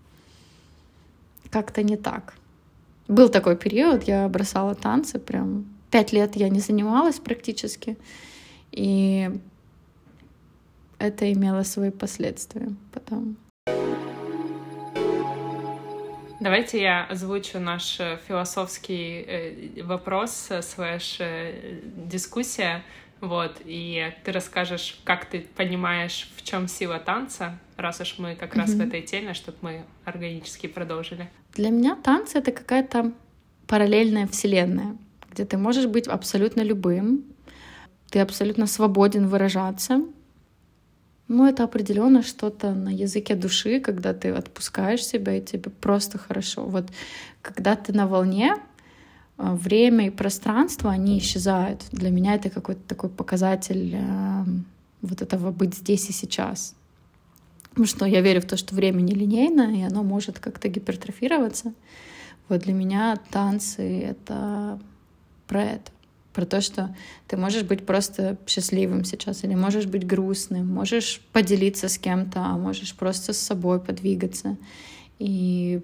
как-то не так. Был такой период, я бросала танцы, прям пять лет я не занималась практически, и это имело свои последствия потом. Давайте я озвучу наш философский вопрос, слэш дискуссия, вот, и ты расскажешь, как ты понимаешь, в чем сила танца, раз уж мы как mm-hmm. раз в этой теме, чтобы мы органически продолжили. Для меня танцы — это какая-то параллельная вселенная, где ты можешь быть абсолютно любым, ты абсолютно свободен выражаться. Ну, это определенно что-то на языке души, когда ты отпускаешь себя, и тебе просто хорошо. Вот когда ты на волне, время и пространство, они исчезают. Для меня это какой-то такой показатель э, вот этого быть здесь и сейчас. Потому что я верю в то, что время нелинейно, и оно может как-то гипертрофироваться. Вот для меня танцы — это про это. Про то, что ты можешь быть просто счастливым сейчас, или можешь быть грустным, можешь поделиться с кем-то, а можешь просто с собой подвигаться. И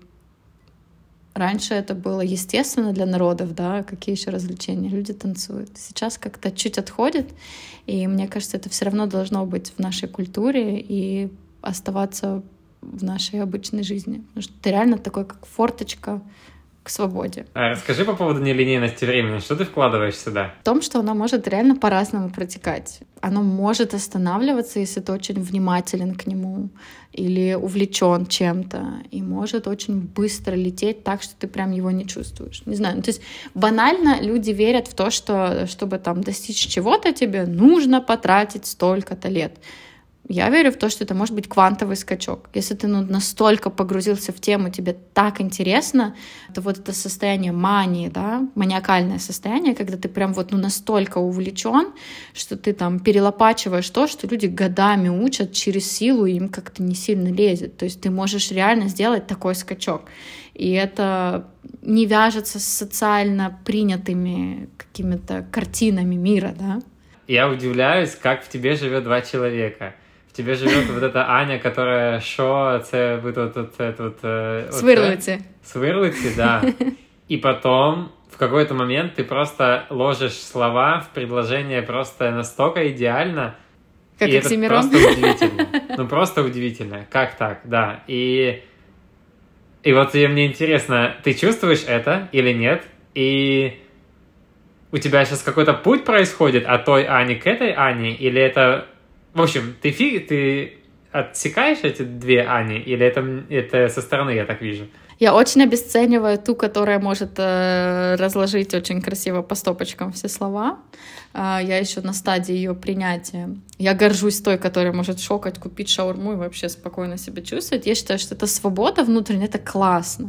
раньше это было естественно для народов, да, какие еще развлечения, люди танцуют. Сейчас как-то чуть отходит, и мне кажется, это все равно должно быть в нашей культуре и оставаться в нашей обычной жизни. Потому что это реально такой, как форточка к свободе. А расскажи по поводу нелинейности времени. Что ты вкладываешь сюда? В том, что оно может реально по-разному протекать. Оно может останавливаться, если ты очень внимателен к нему или увлечен чем-то, и может очень быстро лететь так, что ты прям его не чувствуешь. Не знаю, ну, то есть банально люди верят в то, что чтобы там достичь чего-то, тебе нужно потратить столько-то лет. Я верю в то, что это может быть квантовый скачок. Если ты ну, настолько погрузился в тему, тебе так интересно, то вот это состояние мании, да, маниакальное состояние, когда ты прям вот ну, настолько увлечен, что ты там перелопачиваешь то, что люди годами учат через силу, и им как-то не сильно лезет. То есть ты можешь реально сделать такой скачок. И это не вяжется с социально принятыми какими-то картинами мира, да. Я удивляюсь, как в тебе живет два человека. В тебе живет вот эта Аня, которая що, це ви тут, це тут... Свирлиці. Свирлиці, да. И потом в какой-то момент ты просто ложишь слова в предложение просто настолько идеально. Как и Оксимирон. Это просто удивительно. Ну, просто удивительно. Как так, да. И, и вот мне интересно, ты чувствуешь это или нет? И у тебя сейчас какой-то путь происходит от той Ани к этой Ане? Или это... В общем, ты, фи... ты отсекаешь эти две Ани, или это, это со стороны я так вижу? Я очень обесцениваю ту, которая может э, разложить очень красиво по стопочкам все слова. Э, я еще на стадии ее принятия. Я горжусь той, которая может шокать, купить шаурму и вообще спокойно себя чувствовать. Я считаю, что это свобода внутренняя, это классно.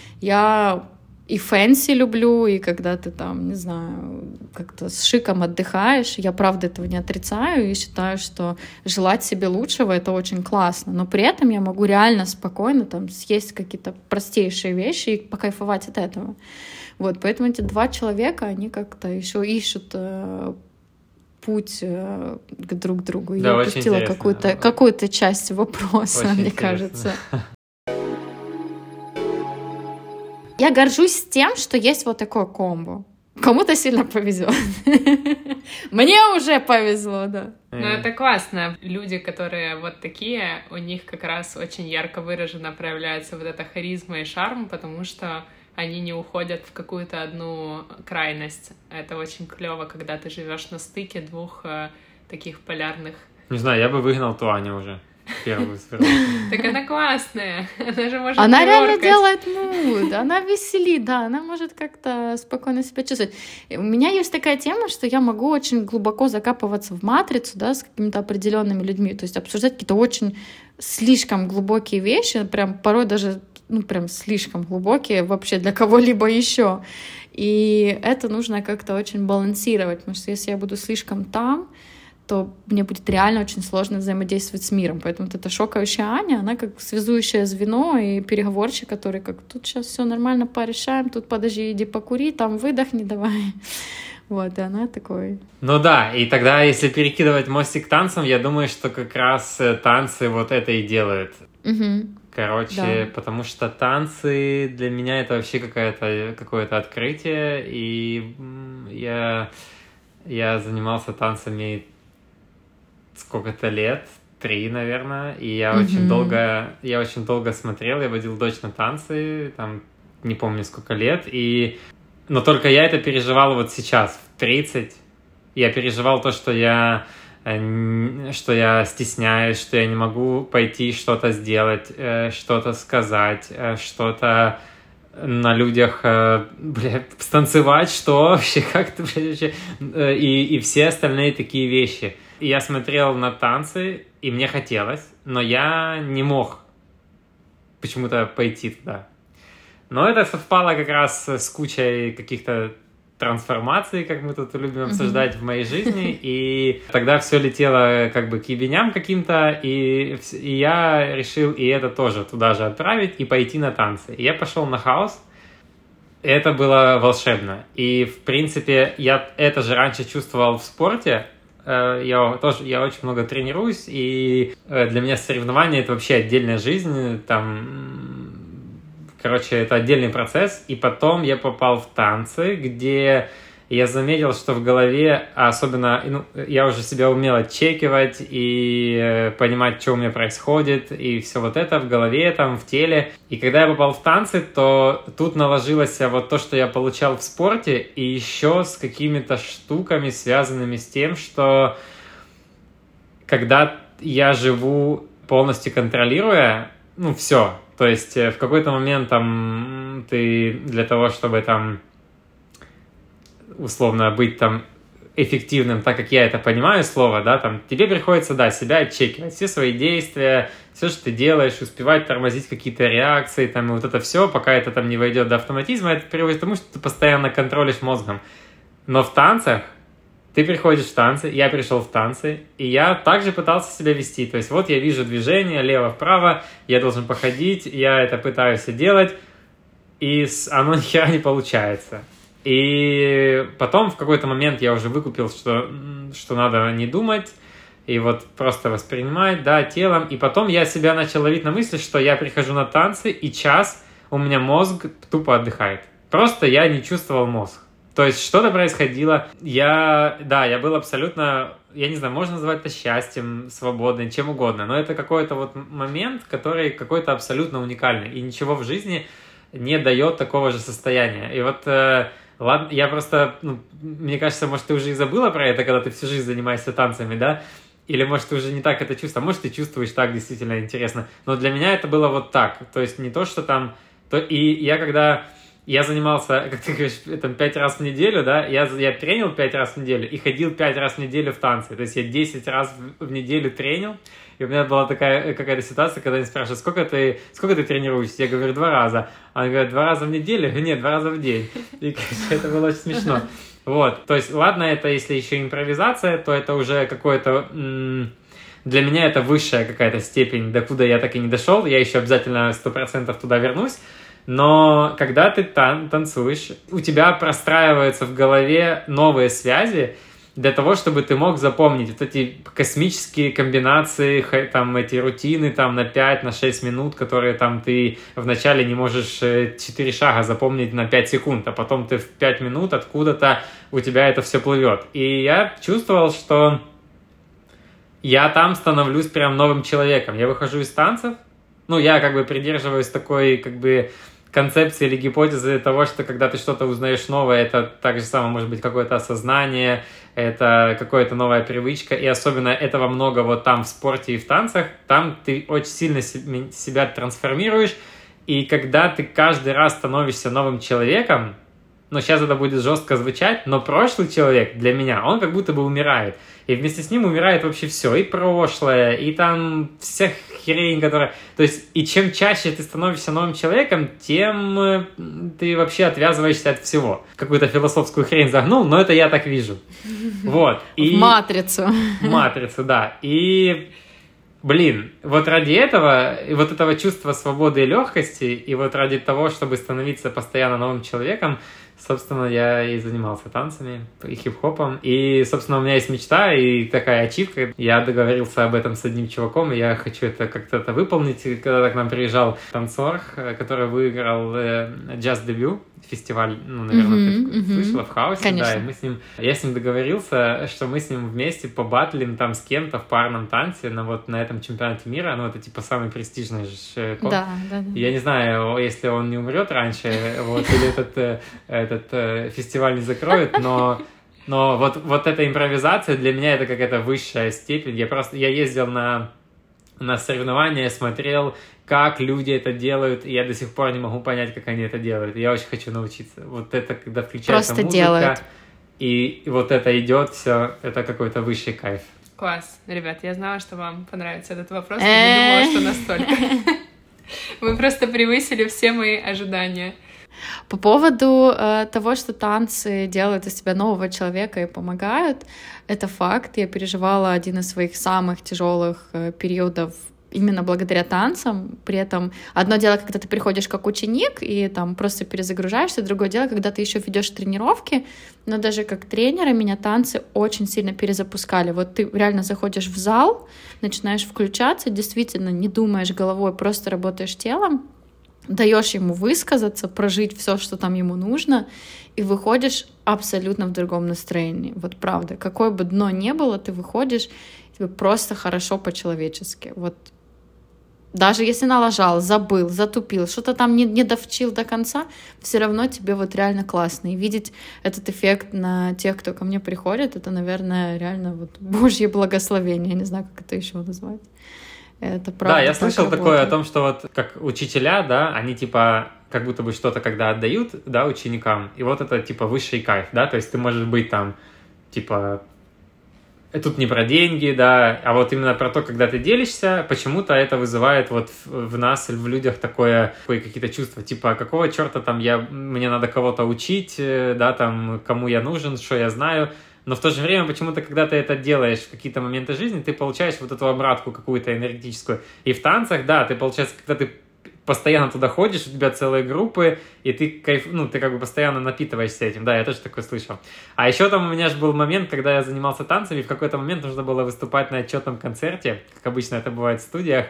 Я и фэнси люблю, и когда ты там, не знаю, как-то с шиком отдыхаешь, я правда этого не отрицаю и считаю, что желать себе лучшего — это очень классно, но при этом я могу реально спокойно там съесть какие-то простейшие вещи и покайфовать от этого. Вот, поэтому эти два человека, они как-то еще ищут э, путь э, к друг другу. Да, я упустила какую-то, какую-то часть вопроса, очень мне интересно. Кажется. Я горжусь тем, что есть вот такое комбо. Кому-то сильно повезет. Мне уже повезло, да. Ну, это классно. Люди, которые вот такие, у них как раз очень ярко выраженно проявляется вот эта харизма и шарм, потому что они не уходят в какую-то одну крайность. Это очень клево, когда ты живешь на стыке двух э, таких полярных. Не знаю, я бы выгнал ту Аню уже. Первую сферу. Так она классная. Она же может Она реально делает муд, она веселит, да, она может как-то спокойно себя чувствовать. У меня есть такая тема, что я могу очень глубоко закапываться в матрицу, да, с какими-то определенными людьми, то есть обсуждать какие-то очень слишком глубокие вещи, прям порой даже, ну, прям слишком глубокие вообще для кого-либо еще. И это нужно как-то очень балансировать, потому что если я буду слишком там, то мне будет реально очень сложно взаимодействовать с миром. Поэтому вот эта шокающая Аня, она как связующее звено и переговорщик, который как тут сейчас все нормально порешаем, тут подожди, иди покури, там выдохни давай. Вот, и она такой... Ну да, и тогда, если перекидывать мостик к танцам, я думаю, что как раз танцы вот это и делают. Угу. Короче, да. Потому что танцы для меня это вообще какое-то, какое-то открытие, и я, я занимался танцами сколько-то лет, три, наверное, и я Мгм. очень долго, я очень долго смотрел, я водил дочь на танцы, там, не помню сколько лет, и... но только я это переживал вот сейчас, в тридцать, я переживал то, что я, э, н- что я стесняюсь, что я не могу пойти что-то сделать, э, что-то сказать, э, что-то на людях, э, бля, станцевать, что вообще, как это, бля, вообще, э, и, и все остальные такие вещи. И я смотрел на танцы, и мне хотелось, но я не мог почему-то пойти туда. Но это совпало как раз с кучей каких-то трансформаций, как мы тут любим обсуждать в моей жизни, и тогда все летело как бы к ебеням каким-то, и, вс- и я решил и это тоже туда же отправить и пойти на танцы. И я пошел на хаус, и это было волшебно. И, в принципе, я это же раньше чувствовал в спорте. Э, Я тоже, я очень много тренируюсь, и э, для меня соревнования — это вообще отдельная жизнь, там, м, короче, это отдельный процесс. И потом я попал в танцы, где я заметил, что в голове, а особенно, ну, я уже себя умел отчекивать и э, понимать, что у меня происходит, и все вот это в голове, там, в теле. И когда я попал в танцы, то тут наложилось вот то, что я получал в спорте, и еще с какими-то штуками, связанными с тем, что когда я живу полностью контролируя, ну, все. То есть э, в какой-то момент там ты для того, чтобы там условно быть там эффективным, так как я это понимаю слово, да, там тебе приходится, да, себя отчекивать, все свои действия, все, что ты делаешь, успевать тормозить какие-то реакции, там, и вот это все, пока это там не войдет до автоматизма, это приводит к тому, что ты постоянно контролишь мозгом. Но в танцах ты приходишь в танцы, я пришел в танцы, и я также пытался себя вести. То есть вот я вижу движение лево-вправо, я должен походить, я это пытаюсь делать, и с- оно ни хера не получается. И потом в какой-то момент я уже выкупил, что, м, что надо не думать, и вот просто воспринимать, да, телом. И потом я себя начал ловить на мысли, что я прихожу на танцы, и час у меня мозг тупо отдыхает. Просто я не чувствовал мозг. То есть что-то происходило. Я, да, я был абсолютно, я не знаю, можно назвать это счастьем, свободным, чем угодно, но это какой-то вот момент, который какой-то абсолютно уникальный, и ничего в жизни не дает такого же состояния. И вот, э, ладно, я просто, ну, мне кажется, может, ты уже и забыла про это, когда ты всю жизнь занимаешься танцами, да? Или, может, ты уже не так это чувствуешь, а может, ты чувствуешь так, действительно интересно. Но для меня это было вот так. То есть не то, что там... То... И я когда... Я занимался, как ты говоришь, там, пять раз в неделю, да, я, я тренил пять раз в неделю и ходил пять раз в неделю в танцы. То есть я десять раз в, в неделю тренил. И у меня была такая какая-то ситуация, когда они спрашивают, сколько ты, сколько ты тренируешься? Я говорю, два раза. Они говорят, два раза в неделю? Я говорю, нет, два раза в день. И, конечно, это было очень смешно. Вот, то есть, ладно, это если еще импровизация, то это уже какое-то... М- для меня это высшая какая-то степень, докуда я так и не дошел. Я еще обязательно сто процентов туда вернусь. Но когда ты тан- танцуешь, у тебя простраиваются в голове новые связи для того, чтобы ты мог запомнить вот эти космические комбинации, х- там эти рутины там на пять, на шесть минут, которые там ты вначале не можешь э, четыре шага запомнить на пять секунд, а потом ты в пять минут откуда-то у тебя это все плывет. И я чувствовал, что я там становлюсь прям новым человеком. Я выхожу из танцев, ну, я как бы придерживаюсь такой как бы концепции или гипотезы того, что когда ты что-то узнаешь новое, это так же самое может быть какое-то осознание, это какая-то новая привычка, и особенно этого много вот там в спорте и в танцах, там ты очень сильно се- себя трансформируешь, и когда ты каждый раз становишься новым человеком, ну, сейчас это будет жестко звучать, но прошлый человек для меня, он как будто бы умирает. И вместе с ним умирает вообще все, и прошлое, и там вся хрень, которая... То есть, и чем чаще ты становишься новым человеком, тем э, ты вообще отвязываешься от всего. Какую-то философскую хрень загнул, но это я так вижу. Вот. И... В матрицу. Матрицу, да. И... Блин, вот ради этого, и вот этого чувства свободы и легкости, и вот ради того, чтобы становиться постоянно новым человеком, собственно, я и занимался танцами и хип-хопом. И, собственно, у меня есть мечта и такая ачивка. Я договорился об этом с одним чуваком, и я хочу это как-то это выполнить. Когда к нам приезжал танцор, который выиграл Just Debut, фестиваль, ну, наверное, Mm-hmm, ты mm-hmm. слышала, в Хаосе, Конечно. да, и мы с ним, я с ним договорился, что мы с ним вместе побатлим там с кем-то в парном танце на вот на этом чемпионате мира, ну, это типа самый престижный же конкурс. Да, да, да. Я не знаю, если он не умрет раньше, вот, или этот, этот фестиваль не закроют, но, но вот, вот эта импровизация для меня это какая-то высшая степень. Я просто, я ездил на, на соревнования, смотрел, как люди это делают, и я до сих пор не могу понять, как они это делают. Я очень хочу научиться. Вот это, когда включается просто музыка, делают. И, и вот это идет, все, это какой-то высший кайф. Класс. Ребят, я знала, что вам понравится этот вопрос, но не думала, что настолько. Вы просто превысили все мои ожидания. По поводу э, того, что танцы делают из тебя нового человека и помогают, это факт. Я переживала один из своих самых тяжелых э, периодов именно благодаря танцам. При этом одно дело, когда ты приходишь как ученик и там просто перезагружаешься, другое дело, когда ты еще ведешь тренировки, но даже как тренера меня танцы очень сильно перезапускали. Вот ты реально заходишь в зал, начинаешь включаться, действительно не думаешь головой, просто работаешь телом, даешь ему высказаться, прожить все, что там ему нужно, и выходишь абсолютно в другом настроении. Вот правда, какое бы дно ни было, ты выходишь, тебе просто хорошо по-человечески. Вот даже если налажал, забыл, затупил, что-то там не, не довчил до конца, все равно тебе вот реально классно. И видеть этот эффект на тех, кто ко мне приходит, это, наверное, реально вот божье благословение. Я не знаю, как это еще назвать. Это правда. Да, я слышал работает. такое о том, что вот как учителя, да, они типа как будто бы что-то когда отдают, да, ученикам, и вот это типа высший кайф, да, то есть ты можешь быть там типа тут не про деньги, да, а вот именно про то, когда ты делишься, почему-то это вызывает вот в, в нас, в людях такое, такое какие-то чувства, типа, какого черта там я, мне надо кого-то учить, да, там, кому я нужен, что я знаю, но в то же время почему-то, когда ты это делаешь в какие-то моменты жизни, ты получаешь вот эту обратку какую-то энергетическую. И в танцах, да, ты, получается, когда ты постоянно туда ходишь, у тебя целые группы, и ты кайф, ну, ты как бы постоянно напитываешься этим. Да, я тоже такое слышал. А еще там у меня же был момент, когда я занимался танцами, и в какой-то момент нужно было выступать на отчетном концерте, как обычно это бывает в студиях,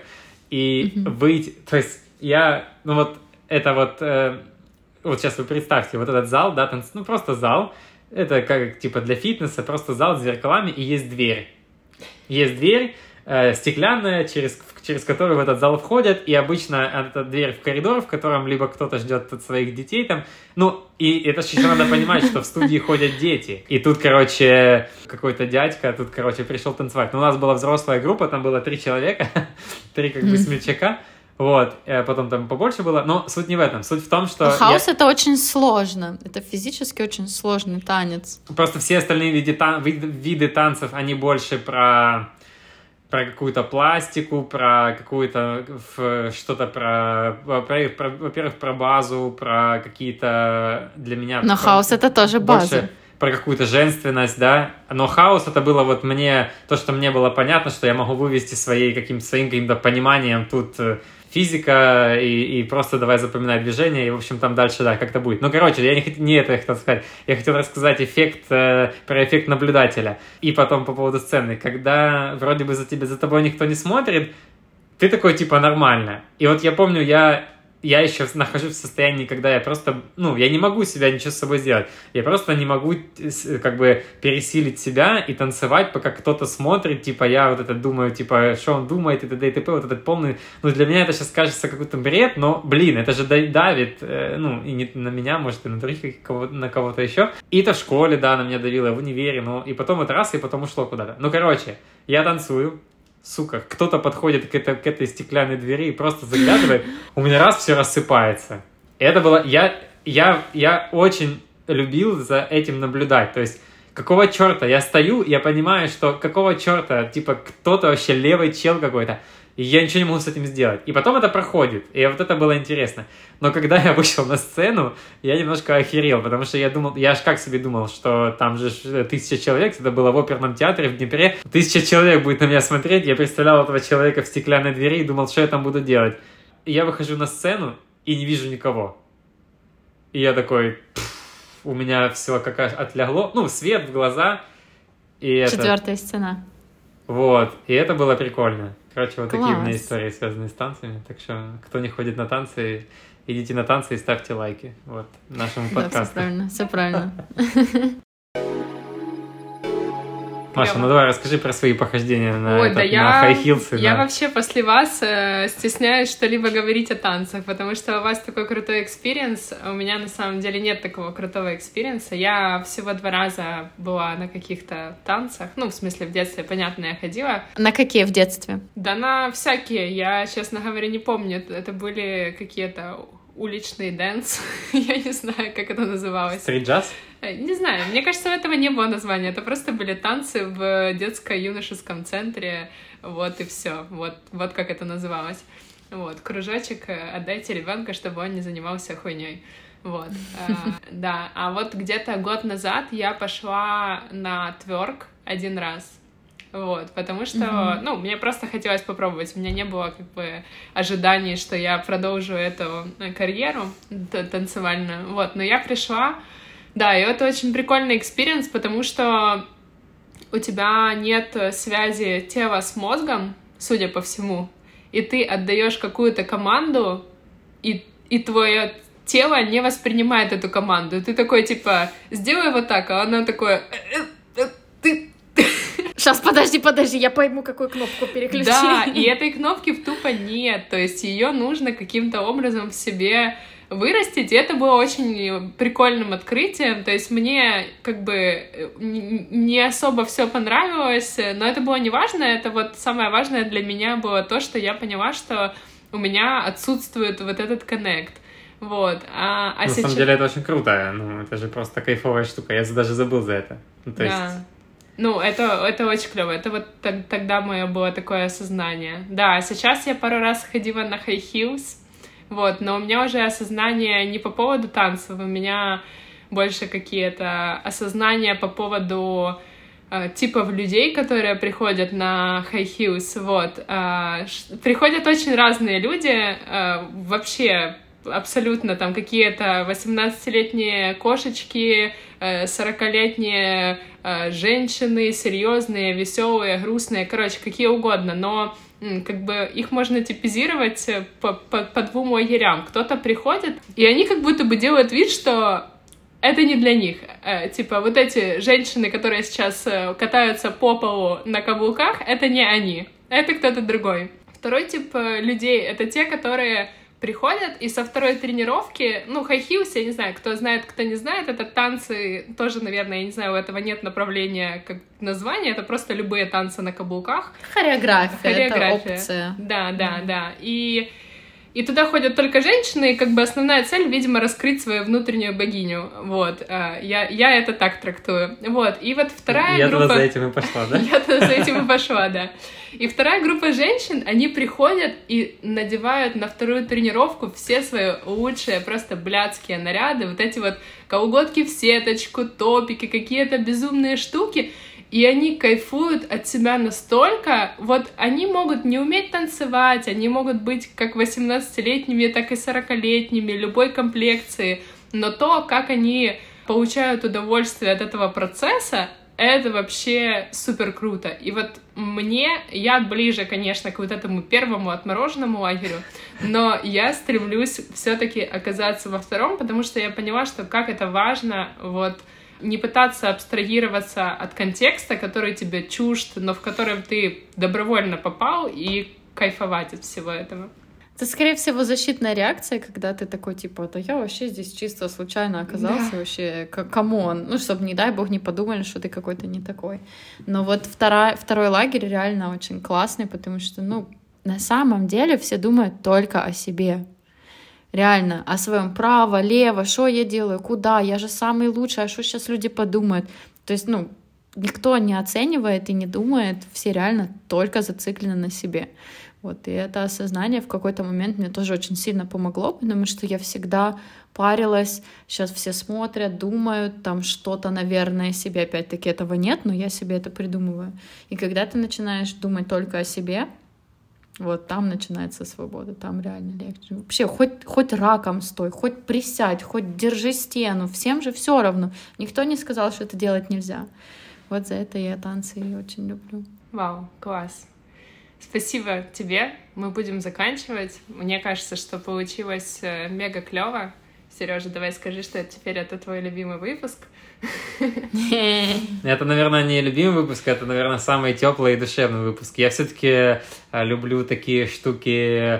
и mm-hmm. выйти, то есть я, ну вот, это вот, э, вот сейчас вы представьте, вот этот зал, да, танц, ну, просто зал, это как, типа, для фитнеса, просто зал с зеркалами, и есть дверь. Есть дверь, стеклянная, через, через которую в этот зал входят, и обычно это дверь в коридор, в котором либо кто-то ждет от своих детей там, ну, и это же еще надо понимать, что в студии ходят дети, и тут, короче, какой-то дядька, тут, короче, пришел танцевать, но у нас была взрослая группа, там было три человека, три как бы смельчака, вот, потом там побольше было, но суть не в этом, суть в том, что... Хаос я... это очень сложно, это физически очень сложный танец. Просто все остальные виды, тан... виды танцев, они больше про... про какую-то пластику, про какую-то что-то про, про, про, во-первых, про базу, про какие-то для меня... Но про, хаос это тоже база. Больше про какую-то женственность, да. Но хаос это было вот мне, то, что мне было понятно, что я могу вывести своей, каким-то своим каким-то пониманием тут физика и, и просто давай запоминать движения, и, в общем, там дальше, да, как-то будет. Ну, короче, я не, хот... не это я хотел сказать. Я хотел рассказать эффект, э, про эффект наблюдателя. И потом по поводу сцены. Когда вроде бы за, тебя, за тобой никто не смотрит, ты такой, типа, нормально. И вот я помню, я, я еще нахожусь в состоянии, когда я просто, ну, я не могу себя ничего с собой сделать. Я просто не могу, как бы, пересилить себя и танцевать, пока кто-то смотрит, типа, я вот это думаю, типа, что он думает, и т.д. и т.п., вот этот полный, ну, для меня это сейчас кажется какой-то бред, но, блин, это же давит, э, ну, и не на меня, может, и на других, кого, на кого-то еще. И это в школе, да, на меня давило, в универе, ну, и потом это раз, и потом ушло куда-то. Ну, короче, я танцую, сука, кто-то подходит к этой, к этой стеклянной двери и просто заглядывает, у меня раз все рассыпается. И это было... Я, я, я очень любил за этим наблюдать. То есть, какого черта? Я стою, я понимаю, что какого черта, типа, кто-то вообще левый чел какой-то, и я ничего не могу с этим сделать. И потом это проходит, и вот это было интересно. Но когда я вышел на сцену, я немножко охерел, потому что я думал, я аж как себе думал, что там же тысяча человек, это было в оперном театре в Днепре, тысяча человек будет на меня смотреть, я представлял этого человека в стеклянной двери и думал, что я там буду делать. И я выхожу на сцену и не вижу никого. И я такой, у меня все как отлягло, ну, свет в глаза. И Четвертая это... стена. Вот, и это было прикольно. Короче, вот Класс. Такие у меня истории, связанные с танцами. Так что, кто не ходит на танцы, идите на танцы и ставьте лайки. Вот, нашему подкасту. Да, все правильно, все правильно. Маша, ну давай расскажи про свои похождения на, Ой, этот, да на я, хай-хилсы. Я на... вообще после вас э, стесняюсь что-либо говорить о танцах, потому что у вас такой крутой экспириенс, у меня на самом деле нет такого крутого экспириенса. Я всего два раза была на каких-то танцах, ну, в смысле, в детстве, понятно, я ходила. На какие в детстве? Да на всякие, я, честно говоря, не помню, это были какие-то уличный дэнс, я не знаю, как это называлось. Стрит-джаз? Не знаю, мне кажется, у этого не было названия, это просто были танцы в детско-юношеском центре, вот и все, вот, вот как это называлось. Вот, кружочек, отдайте ребенка, чтобы он не занимался хуйней. Вот, да, а вот где-то год назад я пошла на тверк один раз. Вот, потому что, mm-hmm. ну, мне просто хотелось попробовать, у меня не было, как бы, ожиданий, что я продолжу эту карьеру танцевальную, вот, но я пришла, да, и это очень прикольный экспириенс, потому что у тебя нет связи тела с мозгом, судя по всему, и ты отдаешь какую-то команду, и, и твое тело не воспринимает эту команду, и ты такой, типа, сделай вот так, а оно такое, ты... Сейчас, подожди, подожди, я пойму, какую кнопку переключить. Да, и этой кнопки в тупо нет, то есть ее нужно каким-то образом в себе вырастить, и это было очень прикольным открытием, то есть мне как бы не особо все понравилось, но это было не важно, это вот самое важное для меня было то, что я поняла, что у меня отсутствует вот этот коннект. Вот, а, а На сейчас... самом деле это очень круто, ну, это же просто кайфовая штука, я даже забыл за это. Ну, то да. есть... Ну, это, это очень клево. Это вот т- тогда мое было такое осознание. Да, сейчас я пару раз ходила на high heels, вот, но у меня уже осознание не по поводу танцев, у меня больше какие-то осознания по поводу э, типов людей, которые приходят на high heels, вот. Э, ш- приходят очень разные люди, э, вообще абсолютно там какие-то восемнадцатилетние кошечки, сорокалетние женщины, серьезные, веселые, грустные, короче, какие угодно, но как бы их можно типизировать по, по, по двум лагерям. Кто-то приходит, и они как будто бы делают вид, что это не для них. Типа вот эти женщины, которые сейчас катаются по полу на каблуках, это не они, это кто-то другой. Второй тип людей — это те, которые приходят, и со второй тренировки, ну, хай-хилс, я не знаю, кто знает, кто не знает, это танцы, тоже, наверное, я не знаю, у этого нет направления как названия, это просто любые танцы на каблуках. Хореография, Хореография. Это опция. Да, да, да. И, и туда ходят только женщины, и как бы основная цель, видимо, раскрыть свою внутреннюю богиню. Вот. Я, я это так трактую. Вот. И вот вторая я группа... Я туда за этим и пошла, да? Я туда за этим и пошла, да. И вторая группа женщин, они приходят и надевают на вторую тренировку все свои лучшие, просто блядские наряды, вот эти вот колготки в сеточку, топики, какие-то безумные штуки, и они кайфуют от себя настолько, вот они могут не уметь танцевать, они могут быть как восемнадцатилетними, так и сорокалетними, любой комплекции, но то, как они получают удовольствие от этого процесса, это вообще супер круто. И вот мне, я ближе, конечно, к вот этому первому отмороженному лагерю, но я стремлюсь все-таки оказаться во втором, потому что я поняла, что как это важно вот не пытаться абстрагироваться от контекста, который тебе чужд, но в котором ты добровольно попал, и кайфовать от всего этого. Это, скорее всего, защитная реакция, когда ты такой, типа, да я вообще здесь чисто случайно оказался, да. Вообще, камон, ну, чтобы, не дай бог, не подумали, что ты какой-то не такой. Но вот вторая, второй лагерь реально очень классный, потому что, ну, на самом деле все думают только о себе. Реально, о своем право, лево, что я делаю, куда, я же самый лучший, а что сейчас люди подумают. То есть, ну, никто не оценивает и не думает, все реально только зациклены на себе. Вот, и это осознание в какой-то момент мне тоже очень сильно помогло, потому что я всегда парилась, сейчас все смотрят, думают, там что-то, наверное, себе, опять-таки этого нет, но я себе это придумываю. И когда ты начинаешь думать только о себе, вот там начинается свобода, там реально легче. Вообще, хоть, хоть раком стой, хоть присядь, хоть держи стену, всем же все равно. Никто не сказал, что это делать нельзя. Вот за это я танцы очень люблю. Вау, класс. Спасибо тебе. Мы будем заканчивать. Мне кажется, что получилось мега клево. Сережа, давай скажи, что теперь это твой любимый выпуск. Это, наверное, не любимый выпуск, это, наверное, самый теплый и душевный выпуск. Я все-таки люблю такие штуки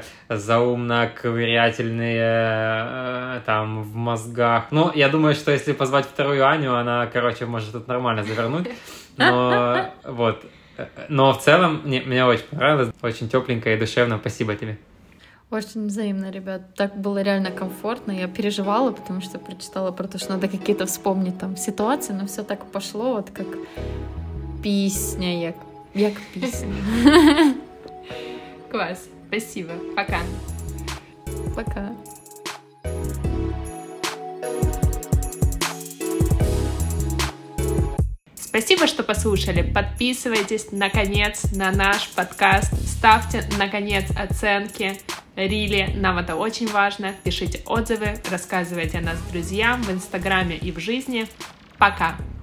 заумно-ковырятельные, там, в мозгах. Ну, я думаю, что если позвать вторую Аню, она, короче, может тут нормально завернуть. Но вот. Но в целом мне, мне очень понравилось, очень тепленько и душевно. Спасибо тебе. Очень взаимно, ребят. Так было реально комфортно. Я переживала, потому что прочитала про то, что надо какие-то вспомнить там ситуации, но все так пошло, вот как песня, як, як песня. Класс. Спасибо. Пока. Пока. Спасибо, что послушали. Подписывайтесь, наконец, на наш подкаст. Ставьте, наконец, оценки. Рили, нам это очень важно. Пишите отзывы, рассказывайте о нас друзьям в Инстаграме и в жизни. Пока!